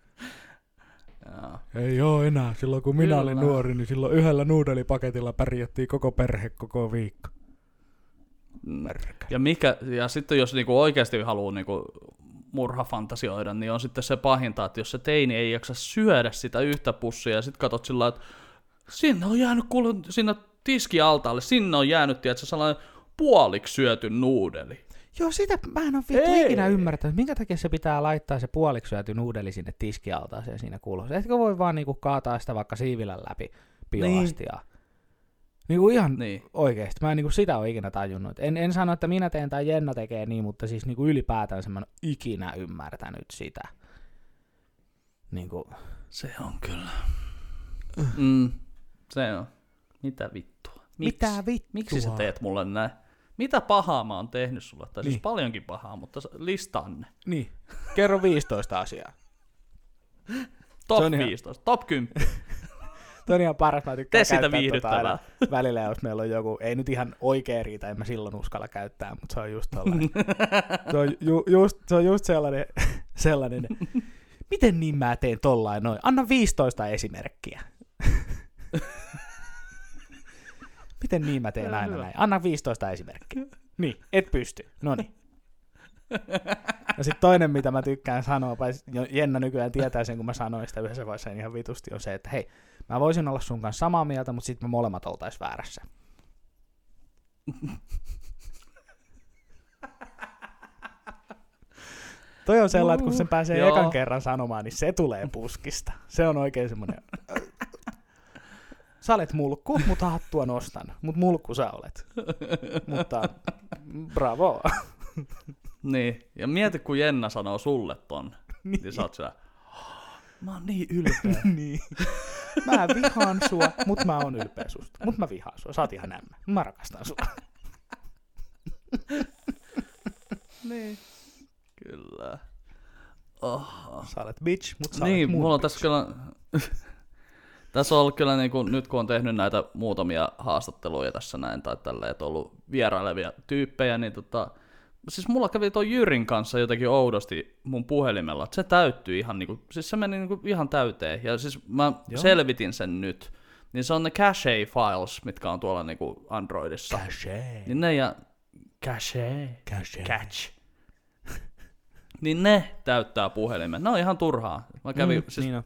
Ei oo enää. Silloin kun minä olin nuori, niin silloin 1 nuudelipaketilla pärjättiin koko perhe koko viikko. Ja sitten jos niinku oikeasti haluaa niinku murhafantasioida, niin on sitten se pahinta, että jos se teini ei jaksa syödä sitä yhtä pussia, ja sitten katsot sillä että sinne on jäänyt sinne tiskialtaalle, sinne on jäänyt tiedätkö, sellainen puoliksi syöty nuudeli. Joo, sitä mä en ole ikinä ymmärtänyt, minkä takia se pitää laittaa se puoliksi syöty nuudeli sinne tiskialtaaseen siinä kulhossa. Etkö voi vaan niinku kaataa sitä vaikka siivilän läpi bioastiaa? Niinku ihan oikeesti. Mä en niinku sitä ole ikinä tajunnut. En sano, että minä teen tai Jenna tekee niin, mutta siis niinku ylipäätään mä en ole ikinä ymmärtänyt sitä. Niinku. Se on kyllä. Se on. Mitä vittua? Miksi sä teet mulle näin? Mitä pahaa mä oon tehnyt sulle? Tai siis paljonkin pahaa, mutta listaan ne. Niin. Kerro 15 asiaa. Top 15. Top 10. Toi on ihan paras, mä tykkään käyttää välillä, jos meillä on joku, ei nyt ihan oikea riita, en mä silloin uskalla käyttää, mutta se on just tollainen. se on just sellainen. Miten niin mä teen tollain noin? Anna 15 esimerkkiä. Miten niin mä teen aina näin? Anna 15 esimerkkiä. Niin, et pysty. Noniin. Ja sitten toinen, mitä mä tykkään sanoa, Jenna nykyään tietää sen, kun mä sanoin sitä yhdessä vaiheessa ihan vitusti, on se, että hei, mä voisin olla sun kanssa samaa mieltä, mutta sitten me molemmat oltais väärässä. Toi on sellainen, että kun sen pääsee ekan kerran sanomaan, niin se tulee puskista. Se on oikein semmoinen. Sä olet mulkku, mutta hattua nostan. Mut mulkku sä olet. Mutta bravo. Niin, ja mieti kun Jenna sanoo sulle ton, niin sä oot siellä, mä oon niin ylpeä. Niin. Mä vihaan sua, mut mä oon ylpeä susta. Mut mä vihaan sua, sä oot ihan nämmä. Mä rakastan sua. Niin, kyllä. Sä olet bitch, mut sä niin, olet mun mulla on bitch. tässä kyllä. Tässä on ollut kyllä, niin kuin, nyt kun on tehnyt näitä muutamia haastatteluja tässä näin, tai tälleen, että on ollut vierailevia tyyppejä, niin siis mulla kävi tuon Jyrin kanssa jotenkin oudosti mun puhelimella, että se täyttyi ihan niinku, siis se meni niinku ihan täyteen, ja siis mä selvitin sen nyt, niin se on ne cache files, mitkä on tuolla niinku Androidissa. Cache. Niin ne catch. Niin ne täyttää puhelimen, ne on ihan turhaa. Mä kävin,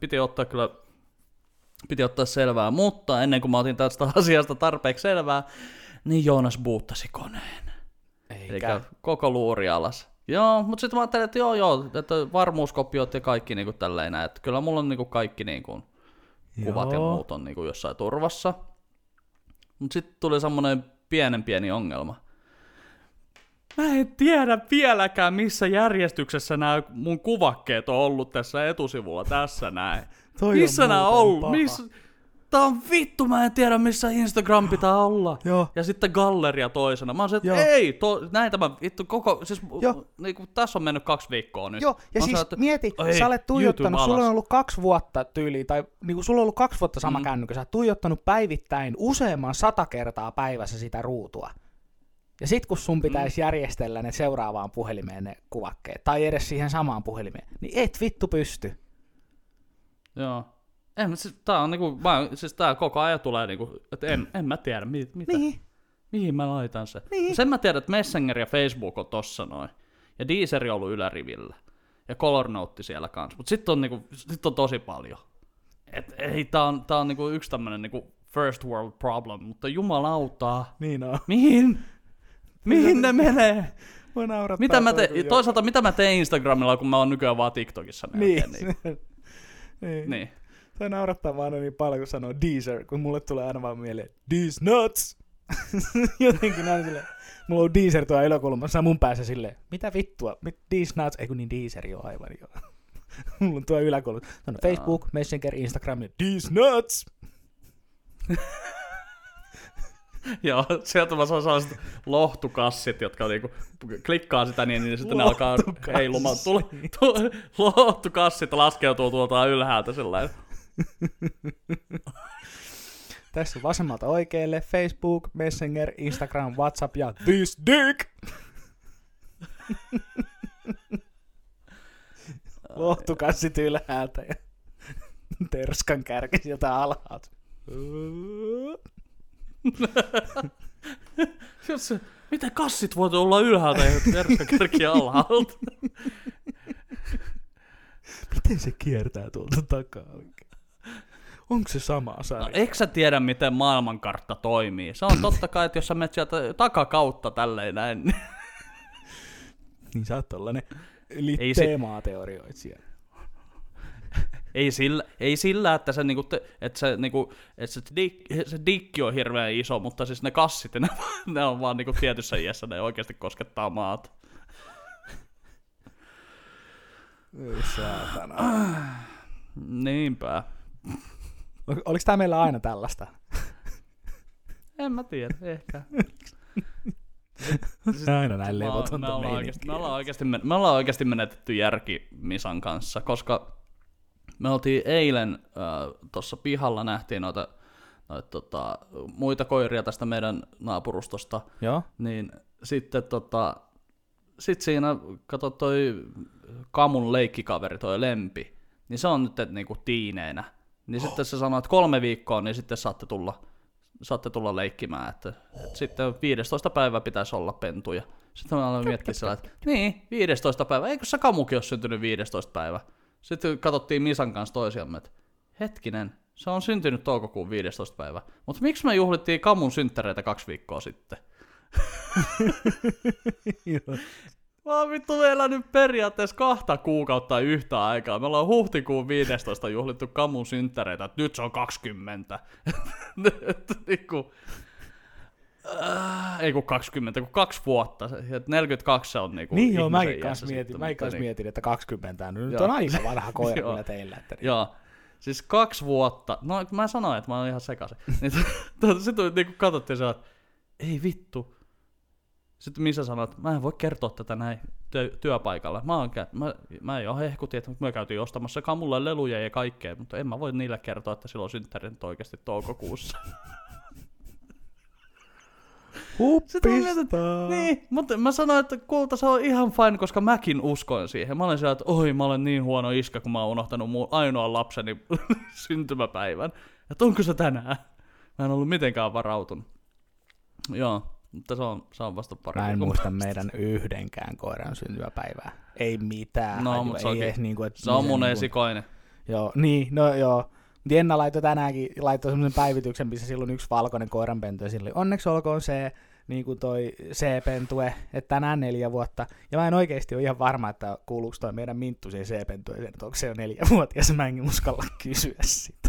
piti ottaa selvää, mutta ennen kuin mä otin tästä asiasta tarpeeksi selvää, niin Joonas buuttasi koneen. Eli koko luuri alas. Joo, mutta sitten mä ajattelin, että että varmuuskopiot ja kaikki niinku tälleen näin, että kyllä mulla on niinku kaikki niinku kuvat ja muut on niinku jossain turvassa. Mutta sitten tuli semmoinen pieni ongelma. Mä en tiedä vieläkään, missä järjestyksessä nämä mun kuvakkeet on ollut tässä etusivulla tässä näin. Missä nämä on ollut? tää on vittu, mä en tiedä missä Instagram pitää olla. Joo. Ja sitten galleria toisena. Mä oon se, että Joo. ei, näitä mä vittu siis niinku, tässä on mennyt 2 viikkoa nyt. Joo, ja mä siis että, mieti, ei, sä olet tuijottanut, YouTube sulla on alas. ollut 2 vuotta tyyliin, tai niinku sulla on ollut 2 vuotta sama kännykkä, sä oot tuijottanut päivittäin useamman 100 kertaa päivässä sitä ruutua. Ja sit kun sun pitäisi järjestellä ne seuraavaan puhelimeen ne kuvakkeet, tai edes siihen samaan puhelimeen, niin et vittu pysty. Joo. Siis tää on niinku, siis tää koko ajan tulee niinku, että en mä tiedä, mitä. Niin. Mihin mä laitan sen? Niin. Sen mä tiedän, että Messenger ja Facebook on tossa noin. Ja Deezer on ollut ylärivillä. Ja Color Note siellä kanssa. Mut sit on tosi paljon. Ei, tää on niinku yksi tämmönen niinku first world problem, mutta jumalauta. Niin on. Mihin ne menee? Voi naurattaa. Toisaalta mitä mä teen Instagramilla, kun mä oon nykyään vaan TikTokissa melkein. Niin. Toi naurattaa vaan niin paljon, kun sanoo Deezer, kun mulle tulee aina vaan mieleen These nuts! Jotenkin aina silleen, mulla on Deezer tuolla yläkulmassa mun päässä silleen, mitä vittua, These nuts, ei kun niin Deezer jo aivan jo. Mulla on tuo yläkulmassa, Facebook, Messenger, Instagram ja These nuts! Joo, sieltä mä saan sellaiset lohtukassit, jotka niinku klikkaa sitä niin sitten ne alkaa heilumaan. Lohtukassit laskeutuu tuolta ylhäältä sellainen. Tässä vasemmalta oikealle Facebook, Messenger, Instagram, WhatsApp ja This Dick! Lohtukassit ylhäältä ja terskan kärki sieltä alhaalta. Miten kassit voivat olla ylhäältä ja terskan kärki alhaalta? Miten se kiertää tuolta takaa oikein? Onko se sama sarja? No, eikö sä tiedä, miten maailmankartta toimii? Se on totta kai, että jos sä menet sieltä takakautta tälleen näin. Niin sä oot tollanen teemaateorioitsija. Ei sillä, että se dikki on hirveän iso, mutta siis ne kassit, ne on vaan niinku tietyssä iässä, ne oikeasti koskettaa maata. Ei saatana. Niinpä. Oliko tää meillä aina tällaista? En mä tiedä, ehkä. Aina näin levotonta meininkiä. Me ollaan oikeasti menetetty järki Misan kanssa, koska me oltiin eilen tuossa pihalla, nähtiin noita muita koiria tästä meidän naapurustosta. Joo. Niin sitten sit siinä, kato toi Kamun leikkikaveri, toi Lempi, niin se on nyt niinku tiineenä. Niin sitten se sanoo, että 3 viikkoa, niin sitten saatte tulla leikkimään, että sitten 15 päivää pitäisi olla pentuja. Sitten mä aloin miettiä sillä, että niin, 15 päivää, eikö se Kamukin ole syntynyt 15 päivää? Sitten katsottiin Misan kanssa toisiamme, että hetkinen, se on syntynyt toukokuun 15 päivää. Mutta miksi me juhlittiin Kamun synttäreitä 2 viikkoa sitten? Mä oon vittu elänyt periaatteessa 2 kuukautta yhtä aikaa. Me ollaan huhtikuun 15 juhlittu Kamun synttäreitä, että nyt se on 20. Ei kun 20, kun 2 vuotta. 42 se on niinku. Niin joo, mäkin mietin, että 20. Nyt on aika vanha koira kyllä teillä. Että niin. Joo. Siis 2 vuotta. No mä sanoin, että mä oon ihan sekaisin. Sitten niinku katsottiin se, että ei vittu. Sitten Misa sanoi, että mä en voi kertoa tätä näin työpaikalla. Mä en ole hehkutin, että me käytiin ostamassa Kamulle leluja ja kaikkea, mutta en mä voi niille kertoa, että silloin synttärit oikeasti toukokuussa. Huppistaa. Niin, mutta mä sanoin, että kulta se on ihan fine, koska mäkin uskoin siihen. Mä olin siellä, että oi mä olen niin huono iskä, kun mä oon unohtanut mun ainoan lapseni syntymäpäivän. Että onko se tänään? Mä en ollut mitenkään varautunut. Joo. Mutta se on vasta parempi. Mä en muista meidän yhdenkään koiran syntymäpäivää. Ei mitään. No, mutta se on mun esikoinen. Joo, niin, no joo. Jenna laittoi tänäänkin semmoisen päivityksen, missä silloin yksi valkoinen koiranpentu ja sillä oli onneksi olkoon se niin kuin toi C-pentue, että tänään 4 vuotta. Ja mä en oikeasti ole ihan varma, että kuuluuko toi meidän Minttu siihen C-pentueeseen, että onko se jo 4-vuotias, mä en uskalla kysyä sitä.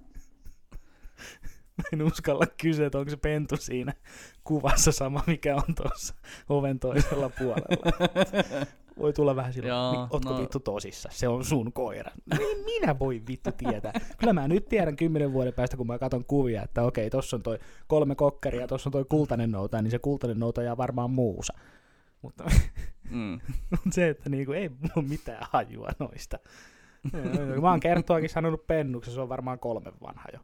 Mä en uskalla kysyä, että onko se pentu siinä kuvassa sama, mikä on tuossa oven toisella puolella. Voi tulla vähän silloin, Joo, niin, ootko vittu tosissa, se on sun koira. Niin minä voin vittu tietää. Kyllä mä nyt tiedän 10 vuoden päästä, kun mä katson kuvia, että okei, tossa on toi 3 kokkaria, tossa on toi kultainen nouta, niin se kultainen noutaja on varmaan muusa. Mutta se, että niinku, ei mulla ole mitään hajua noista. Mä oon kertoakin sanonut pennuksi, se on varmaan 3 vanha jo.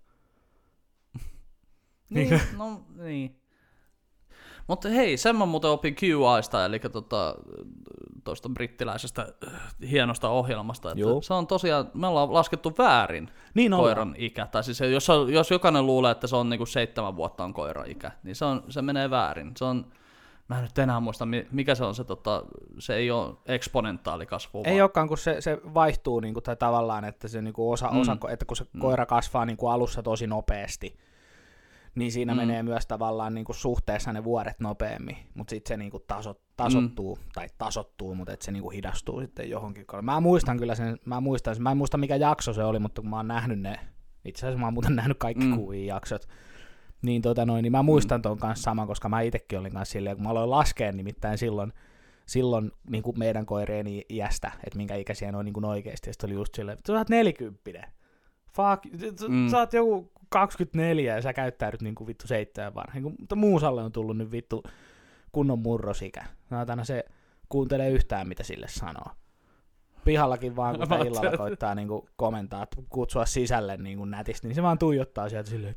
Niin, no niin. Mutta hei, sen mä muuten opin QIsta, eli tuosta brittiläisestä hienosta ohjelmasta, että se on tosiaan, me ollaan laskettu väärin niin koiran ikä. Tai siis jos jokainen luulee, että se on niinku 7 vuotta on koiran ikä, niin se menee väärin. Se on, mä en nyt enää muista, mikä se on se ei ole eksponentaalikasvu. Ei olekaan, kun se vaihtuu niinku, tai tavallaan, että se niinku että kun se koira kasvaa niinku alussa tosi nopeasti, niin siinä menee myös tavallaan niinku suhteessa ne vuodet nopeammin, mutta sitten se niinku tasottuu, mutta et se niinku hidastuu sitten johonkin. Mä muistan kyllä sen, mä en muista mikä jakso se oli, mutta kun mä oon nähnyt ne, itse asiassa mä oon muuten nähnyt kaikki QI-jaksot, niin, niin mä muistan ton kanssa saman, koska mä itekin olin kanssa silleen, kun mä aloin laskea nimittäin silloin niin kuin meidän koirien iästä, että minkä ikäisiä ne on niin oikeasti, ja sitten oli just silleen, että sä oot 40, fuck, sä oot joku 24 ja sä käyttäydyt niin kuin vittu 7 vanha, mutta muusalle on tullut nyt vittu kunnon murrosikä. Aina se kuuntelee yhtään, mitä sille sanoo. Pihallakin vaan, kun illalla koittaa niin kuin komentaa, kutsua sisälle niin kuin nätisti, niin se vaan tuijottaa sieltä silleen,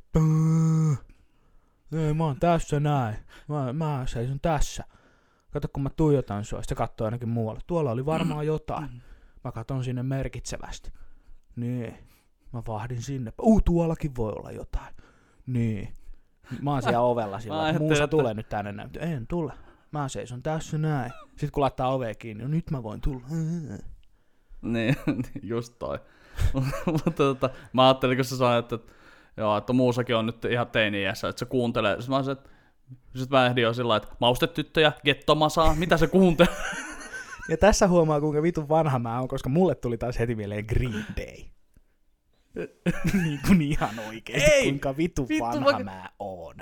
ei, mä oon tässä näin, mä seison tässä. Kato, kun mä tuijotan sua, sitten se katsoo ainakin muualle. Tuolla oli varmaan jotain. Mä katon sinne merkitsevästi. Niin, mä vahdin sinne. Tuollakin voi olla jotain. Niin. Mä oon siellä ovella sillä, että muusa tulee nyt tänne näin. En tule. Mä seison tässä näin. Sitten kun laittaa ovea kiinni, nyt mä voin tulla. Niin, just toi. Mutta mä ajattelin, kun sä sanoit, että muusakin on nyt ihan teini-iässä, että se kuuntelee. Sitten mä sanoin, sitten mä ehdin jo sillä lailla, että maustetyttöjä, gettomasaa, mitä se kuuntelee? Ja tässä huomaa, kuinka vitun vanha mä oon, koska mulle tuli taas heti mieleen Green Day. Niin kuin ihan oikeesti, kuinka vitun vanha mä oon.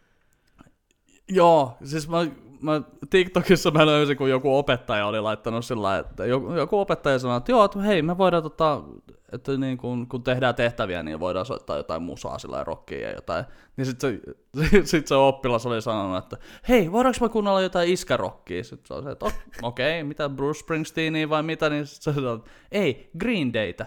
Joo, siis mä TikTokissa mä löysin, kun joku opettaja oli laittanut sillä lailla, että joku opettaja sanoi, että joo, että hei, me voidaan että niin kun tehdään tehtäviä, niin voidaan soittaa jotain musaa sillä rockia ja jotain. Niin sit se oppilas oli sanonut, että hei, voidaanko me kuunnella jotain iskärockia? Sitten se on se, että okei, mitä Bruce Springsteenia vai mitä, niin se sanoi, että ei, Green Daytä.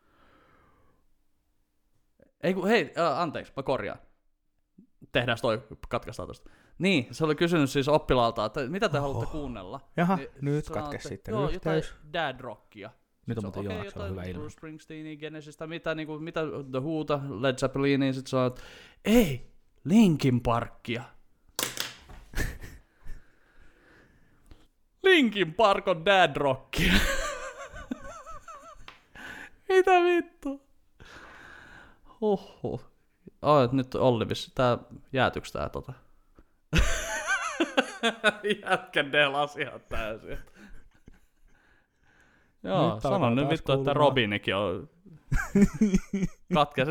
Ei kun, hei, anteeksi, mä korjaan. Tehdään toi, katkaistaan tosta. Niin, se oli kysynyt siis oppilaalta, että mitä te haluatte kuunnella. Jaha, niin, nyt katkes sitten joo, yhteys. Jotain dad-rockia. Nyt on muuten Joonaksella hyvä ilma. Bruce Springsteenia, Genesistä, mitä The Whota, Led Zeppelinia, sit sanoo, että ei, Linkin Parkia. Linkin Park on dad-rockia. Mitä vittu? Huhhuh. Nyt Ollivis, jäätyks tää Jätkän delas ihan täysin. Joo, sanon nyt vittu, että Robinikin on katkes.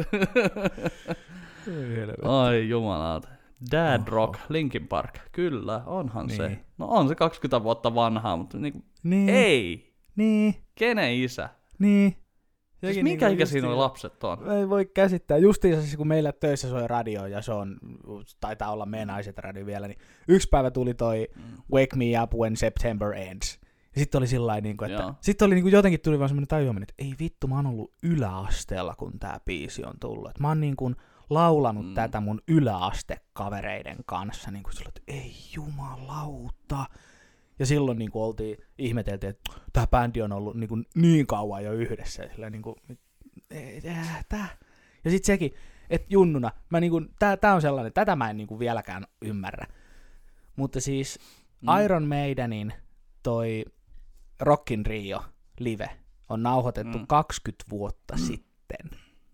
Ai jumalauta. Dad Rock, Linkin Park. Kyllä, onhan niin. Se. No on se 20 vuotta vanhaa, mutta niin. Ei. Niin. Kenen isä? Niin. Siis minkä ikäisiä nuo lapset on? Ei voi käsittää. Justiinsa kun meillä töissä soi radio, ja se on, taitaa olla meidän naiset radio vielä, niin yksi päivä tuli toi Wake Me Up When September Ends. Ja sitten oli sillain, niin että sitten oli niin jotenkin tuli vaan semmoinen tajuaminen, että ei vittu, mä oon ollut yläasteella, kun tää biisi on tullut. Et mä oon niin kuin laulanut tätä mun yläastekavereiden kanssa, niin kuin sillä, että ei jumalauta. Ja silloin niin kuin ihmeteltiin, että tämä bändi on ollut niin kauan jo yhdessä. Ja, niin kuin, ja sitten sekin, että junnuna, tämä on sellainen, tätä mä en niin kuin vieläkään ymmärrä. Mutta siis Iron Maidenin toi Rock in Rio live on nauhoitettu 20 vuotta sitten.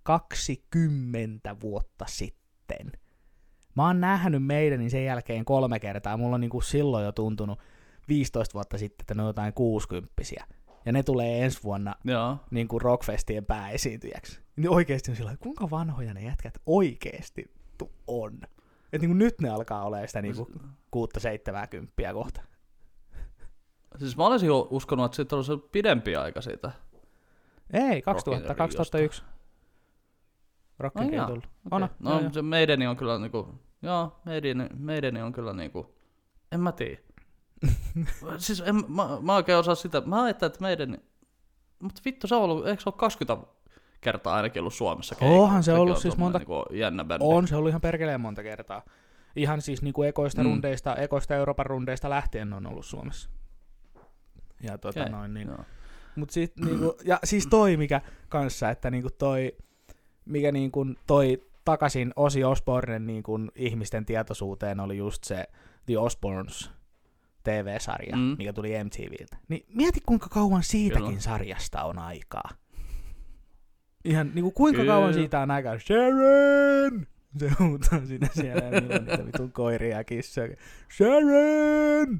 20 vuotta sitten. Mä oon nähnyt Maidenin sen jälkeen 3 kertaa. Mulla on niin kuin silloin jo tuntunut 15 vuotta sitten, että ne on jotain 60-vuotiaita. Ja ne tulee ensi vuonna niin kuin Rockfestien pääesiintyjäksi. Niin oikeesti on sillä, kuinka vanhoja ne jätkät oikeesti on. Että niin nyt ne alkaa olemaan sitä niin 6-70 kohta. Siis mä olisin jo uskonut, että siitä olisi pidempi aika siitä. Ei, 2001. Rock in Rio tullut. Okay. No, se Maideni on kyllä niinku, Maideni on kyllä niinku, en mä tiedä. Siis mä oikein osaa sitä, mä ajattelen, että Maideni, mutta vittu se on ollut, eikö se ole 20 kertaa ainakin ollut Suomessa keikalla? Onhan se ollut siis monta, niinku jännä bändi. On se ollut ihan perkeleen monta kertaa. Ihan siis niinku ekoista Euroopan rundeista lähtien on ollut Suomessa. Ja mut sit niinku, ja siis toi mikä kanssa, että niinku mikä niinku toi takaisin Ozzy Osbournen niinku ihmisten tietoisuuteen oli just se The Osbournes TV-sarja, mikä tuli MTVltä. Niin mieti kuinka kauan siitäkin sarjasta on aikaa. Ihan niinku kuinka kauan siitä on aikaa. Sharon! Se huutaa siinä siellä ja niillä on niitä vitun koiria ja kissoja. Sharon!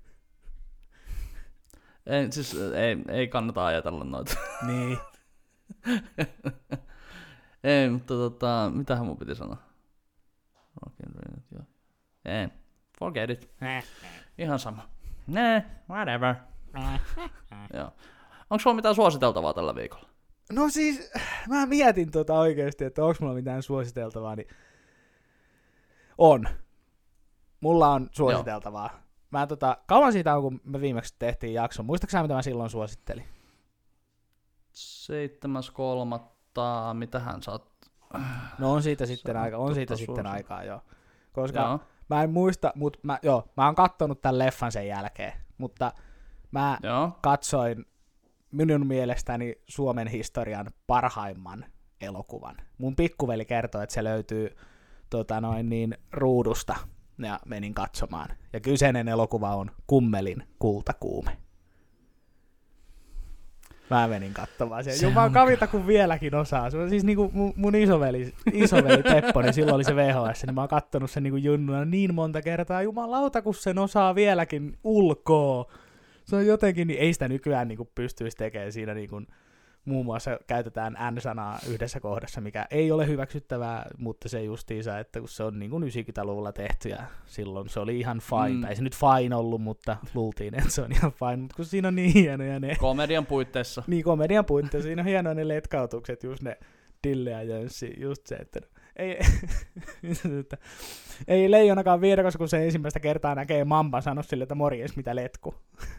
Ei kannata ajatella noita. Niin. Ei, mutta mitähän mun piti sanoa? Ei, forget it. Ihan sama. Whatever. Joo. Onko sulla mitään suositeltavaa tällä viikolla? No siis, mä mietin oikeesti, että onko mulla mitään suositeltavaa, niin on. Mulla on suositeltavaa. Joo. Mä kauan siitä on, kun me viimeksi tehtiin jakson. Muistatko mitä mä silloin suosittelin? 7.3. Mitähän sä oot? No on siitä sitten aikaa, joo. Koska mä en muista, mutta mä oon kattonut tämän leffan sen jälkeen, mutta mä katsoin minun mielestäni Suomen historian parhaimman elokuvan. Mun pikkuveli kertoi, että se löytyy ruudusta ja menin katsomaan. Ja kyseinen elokuva on Kummelin kultakuume. Mä menin katsomaan sen. Juman kavita kun vieläkin osaa. Se on siis niinku mun isoveli Teppo, niin silloin oli se VHS, niin mä oon kattonut sen niinku junnuna niin monta kertaa. Jumalauta, kun sen osaa vieläkin ulkoa. Se on jotenkin, niin ei sitä nykyään niinku pystyisi tekemään siinä niinku, muun muassa käytetään N-sanaa yhdessä kohdassa, mikä ei ole hyväksyttävää, mutta se justiinsa, että kun se on niinku 90-luvulla tehty ja silloin se oli ihan fine. Ei se nyt fine ollut, mutta luultiin, että se on ihan fine, mutta kun siinä on niin hienoja ne... Komedian puitteissa. Niin, komedian puitteissa. Siinä on hienoja ne letkautukset, just ne Dille ja Jönssi, just se, että ei leijonakaan viidakossa, kun se ensimmäistä kertaa näkee Mamban sano sille, että morjes, mitä letku.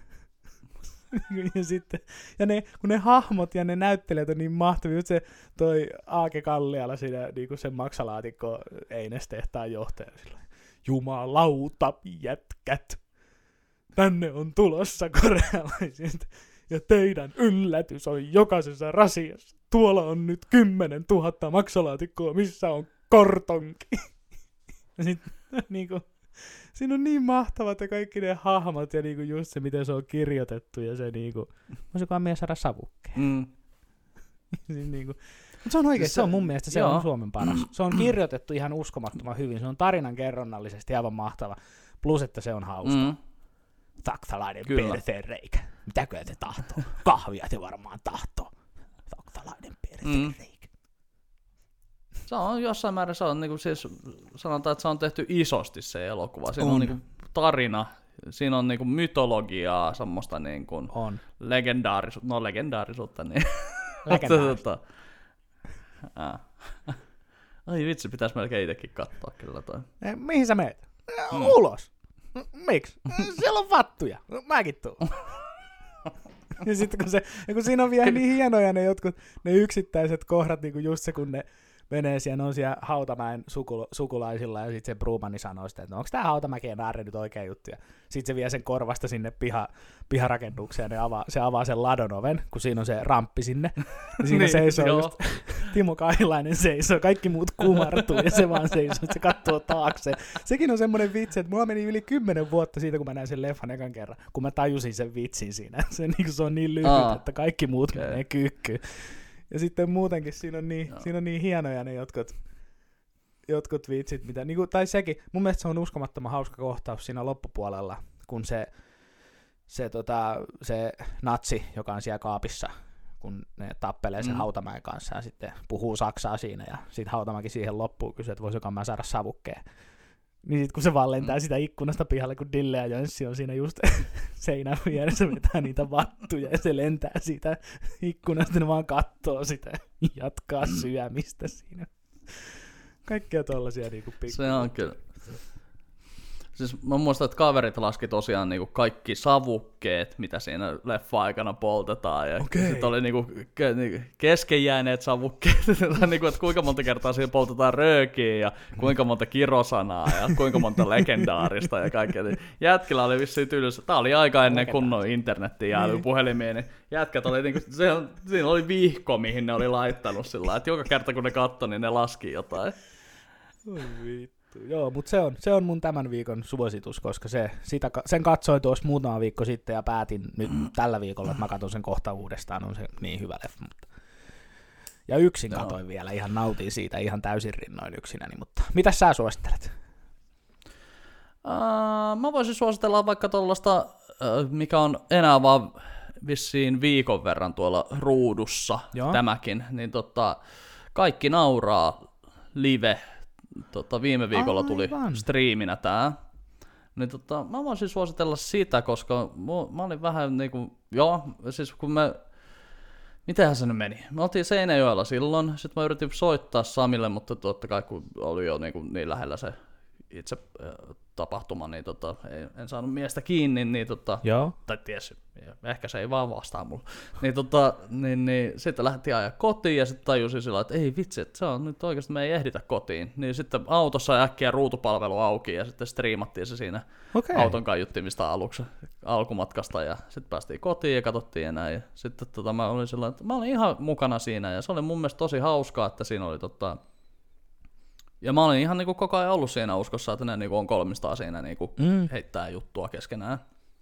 kun ne hahmot ja ne näyttelijät on niin mahtavia, se toi Aake Kalliala siinä niinku sen maksalaatikko Eines-tehtaan johtaja sillä jumalauta jätkät, tänne on tulossa korealaiset ja teidän yllätys on jokaisessa rasiassa. Tuolla on nyt 10 000 maksalaatikkoa, missä on kortonki. Ja sitten niinku siinä on niin mahtavat ja kaikki ne hahmot ja niinku just se, miten se on kirjoitettu ja se niinku... Voisikohan mies saada savukkeen? Niinku, mutta se on oikein, se on mun mielestä se on Suomen paras. Se on kirjoitettu ihan uskomattoman hyvin. Se on tarinan kerronnallisesti aivan mahtava. Plus, että se on hauska. Taktalainen perteen reikä. Mitäkö te tahtoo? Kahvia te varmaan tahtoo. Taktalainen perteen reikä. Se on jossain määrin, se on niinku siis, sanotaan, että se on tehty isosti se elokuva. Siinä on niinku tarina, siinä on niinku mytologiaa, semmoista niinku legendaarisuutta. Niin. Legendaarisuutta. Ai vitsi, pitäis melkein itsekin katsoa kyllä toi. Mihin sä meet? Ulos. Miksi? Siellä on vattuja. Mäkin tuun. Ja sitten kun siinä on vielä niin hienoja ne jotkut, ne yksittäiset kohdat, niin kuin just se, kun ne menee siellä, on siellä Hautamäen sukulaisilla, ja sitten se Brumanni sanoo sitä, että no, onko tämä Hautamäki ja Naarre nyt oikea juttu, ja sitten se vie sen korvasta sinne piharakennukseen, ja se avaa sen ladon oven, kun siinä on se ramppi sinne, ja siinä seisoo just Timo Kailainen seisoo, kaikki muut kumartuu, ja se vaan seisoo, että se katsoo taakse. Sekin on semmoinen vitsi, että mulla meni yli 10 vuotta siitä, kun mä näin sen leffan ekan kerran, kun mä tajusin sen vitsin siinä, se on niin lyhyt, että kaikki muut menee kyykkyyn. Ja sitten muutenkin siinä on niin hienoja ne jotkut vitsit, mitä, niin kuin, tai sekin, mun mielestä se on uskomattoman hauska kohtaus siinä loppupuolella, kun se natsi, joka on siellä kaapissa, kun ne tappelee sen Hautamäen kanssa ja sitten puhuu saksaa siinä ja sitten Hautamäki siihen loppuun kysyy, että voisiko mä saada savukkeen. Niin sit kun se vaan lentää sitä ikkunasta pihalle, kun Dille ja Jönssi on siinä just seinän vieressä, vetää niitä vattuja ja se lentää siitä ikkunasta, ne vaan kattoo sitä ja jatkaa syömistä siinä. Kaikkea tollasia niinku pikku. Se on kyllä. Siis mä muistan, että kaverit laski tosiaan niinku kaikki savukkeet, mitä siinä leffa-aikana poltetaan. Ja sitten oli niinku kesken jääneet savukkeet, niinku, että kuinka monta kertaa siinä poltetaan röökiä ja kuinka monta kirosanaa ja kuinka monta legendaarista ja kaikkea. Jätkillä oli vissiin tyylys. Tää oli aika ennen kunnon internettiä ja älypuhelimia, niin jätkät oli niinku, siinä oli vihko, mihin ne oli laittanut sillä, että joka kerta kun ne katsoi, niin ne laski jotain. Oi vittu. Joo, mutta se on mun tämän viikon suositus, koska sen katsoin tuossa muutama viikko sitten ja päätin nyt tällä viikolla, että mä katson sen kohta uudestaan, on se niin hyvä leffa. Ja yksin katoin vielä, ihan nautin siitä ihan täysin rinnoin yksinäni, mutta mitä sä suosittelet? Mä voisin suositella vaikka tuollaista, mikä on enää vaan vissiin viikon verran tuolla ruudussa, tämäkin, niin Kaikki nauraa live. Viime viikolla tuli striiminä tää. Niin mä voisin suositella sitä, koska mä olin vähän niinku, siis kun mitähän se nyt meni? Me oltiin Seinäjoella silloin, sit mä yritin soittaa Samille, mutta totta kai kun oli jo niin lähellä se itse tapahtuma, niin en saanut miestä kiinni, niin tai ties, ehkä se ei vaan vastaa mulle. Niin sitten lähdettiin ajaa kotiin ja sitten tajusin sillä, että ei vitsi, että se on nyt oikeasti, me ei ehditä kotiin. Niin sitten autossa äkkiä ruutupalvelu auki ja sitten striimattiin se siinä auton kaiuttimista alkumatkasta ja sitten päästiin kotiin ja katsottiin ja näin. Ja sitten mä olin sillä, että mä olin ihan mukana siinä ja se oli mun mielestä tosi hauskaa, että siinä oli ja mä olin ihan niinku koko ajan ollut siinä uskossa, että ne niinku on kolmistaan siinä niinku heittää juttua keskenään.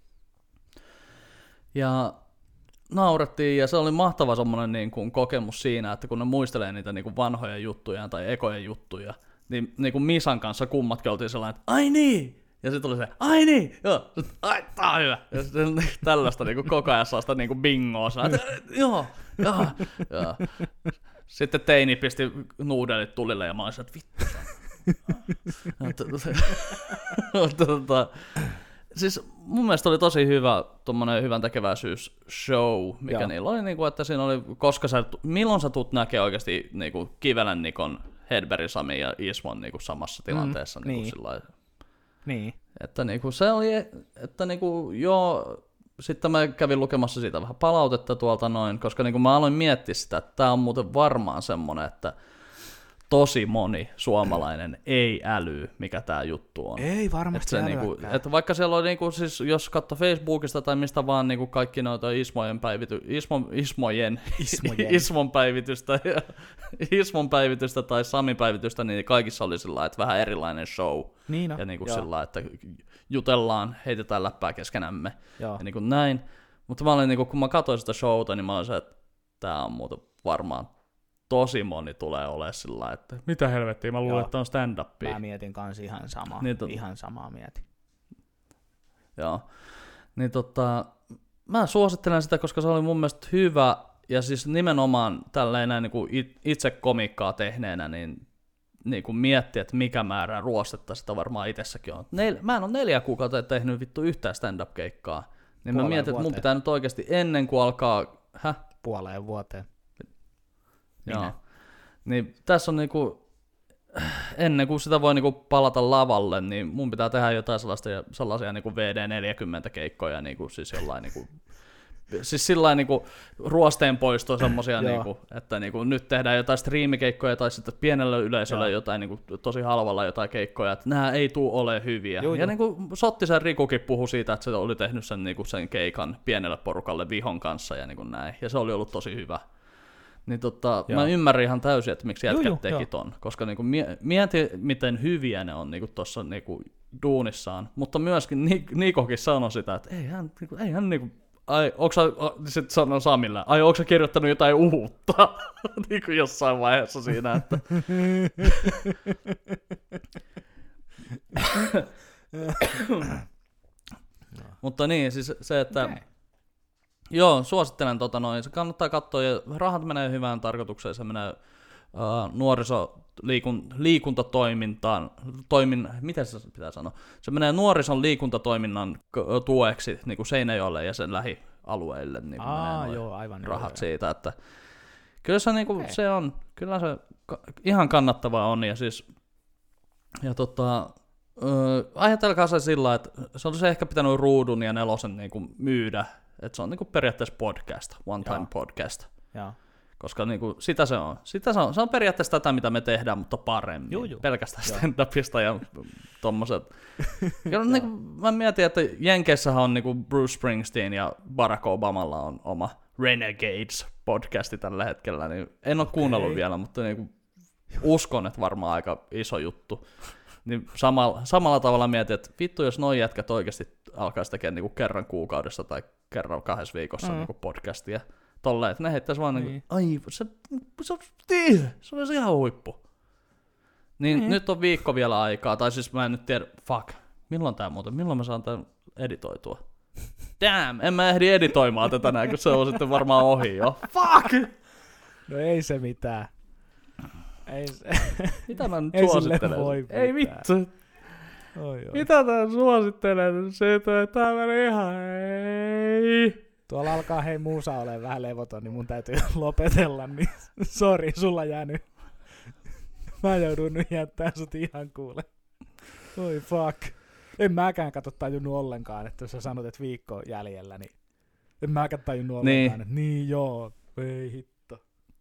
Ja naurettiin, ja se oli mahtava semmoinen niinku kokemus siinä, että kun ne muistelee niitä niinku vanhoja juttuja tai ekoja juttuja, niin niinku Misan kanssa kummatkin oltiin sellainen, että ai niin! Ja sitten oli se, ai niin! Joo, ai, tää on hyvä! Ja sitten tällaista niinku koko ajan saa sitä niinku bingoa, joo. Sitten teini pisti nuudelit tulille ja mä olin että vittu. Siis mun mielestä oli tosi hyvä tommonen hyvän tekeväisyysshow, mikä niillä oli, niinku, että siinä oli, milloin sä tuut näkee oikeasti niinku, Kivelän Nikon, Hedberg Sami ja Ismon niinku, samassa tilanteessa. Niin. Että niinku, se oli, että niinku, sitten mä kävin lukemassa siitä vähän palautetta tuolta noin, koska niinku mä aloin miettiä sitä, että tää on muuten varmaan semmonen, että tosi moni suomalainen ei älyy, mikä tää juttu on. Ei varmasti niinku, että vaikka siellä on, niinku, siis, jos katsoo Facebookista tai mistä vaan niinku kaikki noita Ismon päivitystä tai Samin päivitystä, niin kaikissa oli sillä että vähän erilainen show. Niin no, ja niinku sillä että jutellaan, heitetään läppää keskenämme. Ja niinku näin. Mutta mä olin, niinku, kun mä katsoin sitä showta, niin mä olin se, että tää on muuten varmaan tosi moni tulee olemaan sillä että mitä helvettiä, mä luulen, että on stand-upia. Mä mietin kans ihan samaa, ihan samaa mietin. Joo, niin mä suosittelen sitä, koska se oli mun mielestä hyvä, ja siis nimenomaan tälleen näin niin itse komikkaa tehneenä, niin kuin miettiä, että mikä määrä ruostetta sitä varmaan itsessäkin on. Mä en ole 4 kuukautta tehnyt vittu yhtään stand-up-keikkaa, niin mä mietin, että mun pitää nyt oikeasti ennen kuin alkaa, puoleen vuoteen. Joo. Niin tässä on niinku, ennen kuin sitä voi niinku palata lavalle, niin mun pitää tehdä jotain sellaisia niinku VD40 keikkoja, niinku, siis jollain niinku, siis sillain niinku ruosteen poistoa semmosia, niinku, että niinku, nyt tehdään jotain striimikeikkoja tai sitten pienelle yleisölle jotain niinku, tosi halvalla jotain keikkoja, että nämä ei tule ole hyviä. Ja niinku, Sottisen Rikukin puhui siitä, että se oli tehnyt sen, niinku, sen keikan pienelle porukalle Vihon kanssa ja niinku näin, ja se oli ollut tosi hyvä. Niin mä ymmärrän ihan täysin, että miksi jätkät teki ton, koska niinku mieti, miten hyviä ne on niinku tuossa niinku duunissaan, mutta myöskin Nikokin sanoi sitä, että ei hän niinku, sitten sanoi Samille, onko sä kirjoittanut jotain uutta, niinku jossain vaiheessa siinä, että mutta niin, siis se, että joo, suosittelen se kannattaa katsoa, ja rahat menee hyvään tarkoitukseen, se menee liikuntatoimintaan, miten se pitää sanoa? Se menee nuorison liikuntatoiminnan tueksi niin kuin Seinäjoelle ja sen lähialueille niin menee joo, aivan rahat siitä, että kyllä se, niin kuin, se on, kyllä se ihan kannattavaa on, ja siis, ja ajatelkaa se sillä, että se olisi ehkä pitänyt Ruudun ja Nelosen niin kuin myydä, että se on niin kuin periaatteessa podcast, one time podcast. Joo. Koska niinku, sitä se on. Se on periaatteessa tätä, mitä me tehdään, mutta paremmin. Joo. Pelkästään stand-upista ja tommoset. Niinku, mä mietin, että Jenkeissähän on niinku Bruce Springsteen ja Barack Obamalla on oma Renegades-podcasti tällä hetkellä. Niin en ole kuunnellut vielä, mutta niinku, uskon, että varmaan aika iso juttu. Niin samalla tavalla mietin, että vittu, jos noi jätkät oikeasti alkaisi tekemään niinku kerran kuukaudessa tai kerran 2 viikossa niinku podcastia. Tolleen, että ne heittäisi vaan niinku, ai, se olisi ihan huippu. Niin nyt on viikko vielä aikaa, tai siis mä en nyt tiedä, milloin mä saan tämän editoitua? Damn, en mä ehdi editoimaan tätä näin, kun se on sitten varmaan ohi jo. Fuck! No ei se mitään. Ei se. Mitä mä nyt ei suosittelen? Ei vittu. Mitä tää suosittelen? Tää meni ihan ei. Tuolla alkaa muusa olemaan vähän levoton, niin mun täytyy lopetella, niin sori, sulla jäänyt. Mä joudun nyt jättämään sut ihan kuule. Oi fuck. En mäkään tajunnut ollenkaan, että jos sä sanot, että viikko jäljellä, niin en mäkään tajunnut ollenkaan, että niin joo, ei hitto.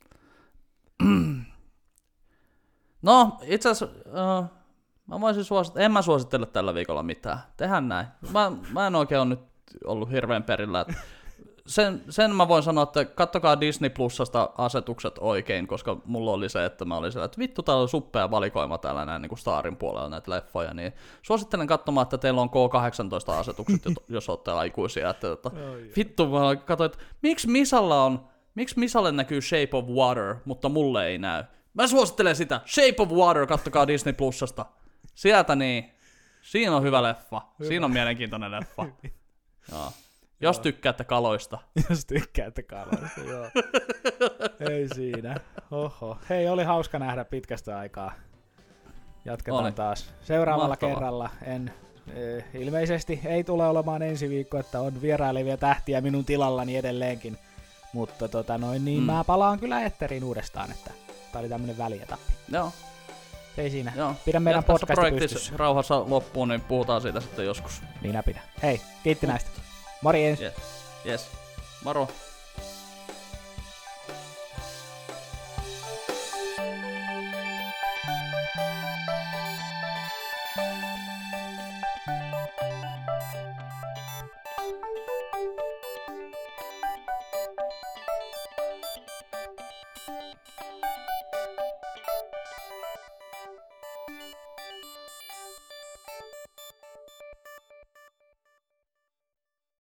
No, itse asiassa, en mä suosittele tällä viikolla mitään. Tehdään näin. Mä en oikein ole nyt ollut hirveän perillä, että sen mä voin sanoa, että kattokaa Disney Plusasta asetukset oikein, koska mulla oli se, että mä olin siellä, että vittu, täällä on suppea valikoima täällä näin niin kuin Starin puolella näitä leffoja, niin suosittelen katsomaan, että teillä on K18-asetukset, jos olette aikuisia, että vittu, mä katsoin, että miksi Misalle näkyy Shape of Water, mutta mulle ei näy. Mä suosittelen sitä, Shape of Water, kattokaa Disney Plusasta. Sieltä niin, siinä on hyvä leffa, siinä on mielenkiintoinen leffa. Joo. Jos tykkäätte kaloista. Joo. Ei siinä. Oho. Hei, oli hauska nähdä pitkästä aikaa. Jatketaan taas seuraavalla Mahtavaa. kerralla. Ilmeisesti ei tule olemaan ensi viikko, että on vierailevia tähtiä minun tilallani edelleenkin. Mutta mä palaan kyllä etteriin uudestaan, että tää oli tämmönen välietappi. Joo. Ei siinä. Joo. Pidä meidän podcasti pystyssä. Rauhassa loppuun, niin puhutaan siitä sitten joskus. Minä pidän. Hei, kiitti näistä. Morjens. Yes. Moro.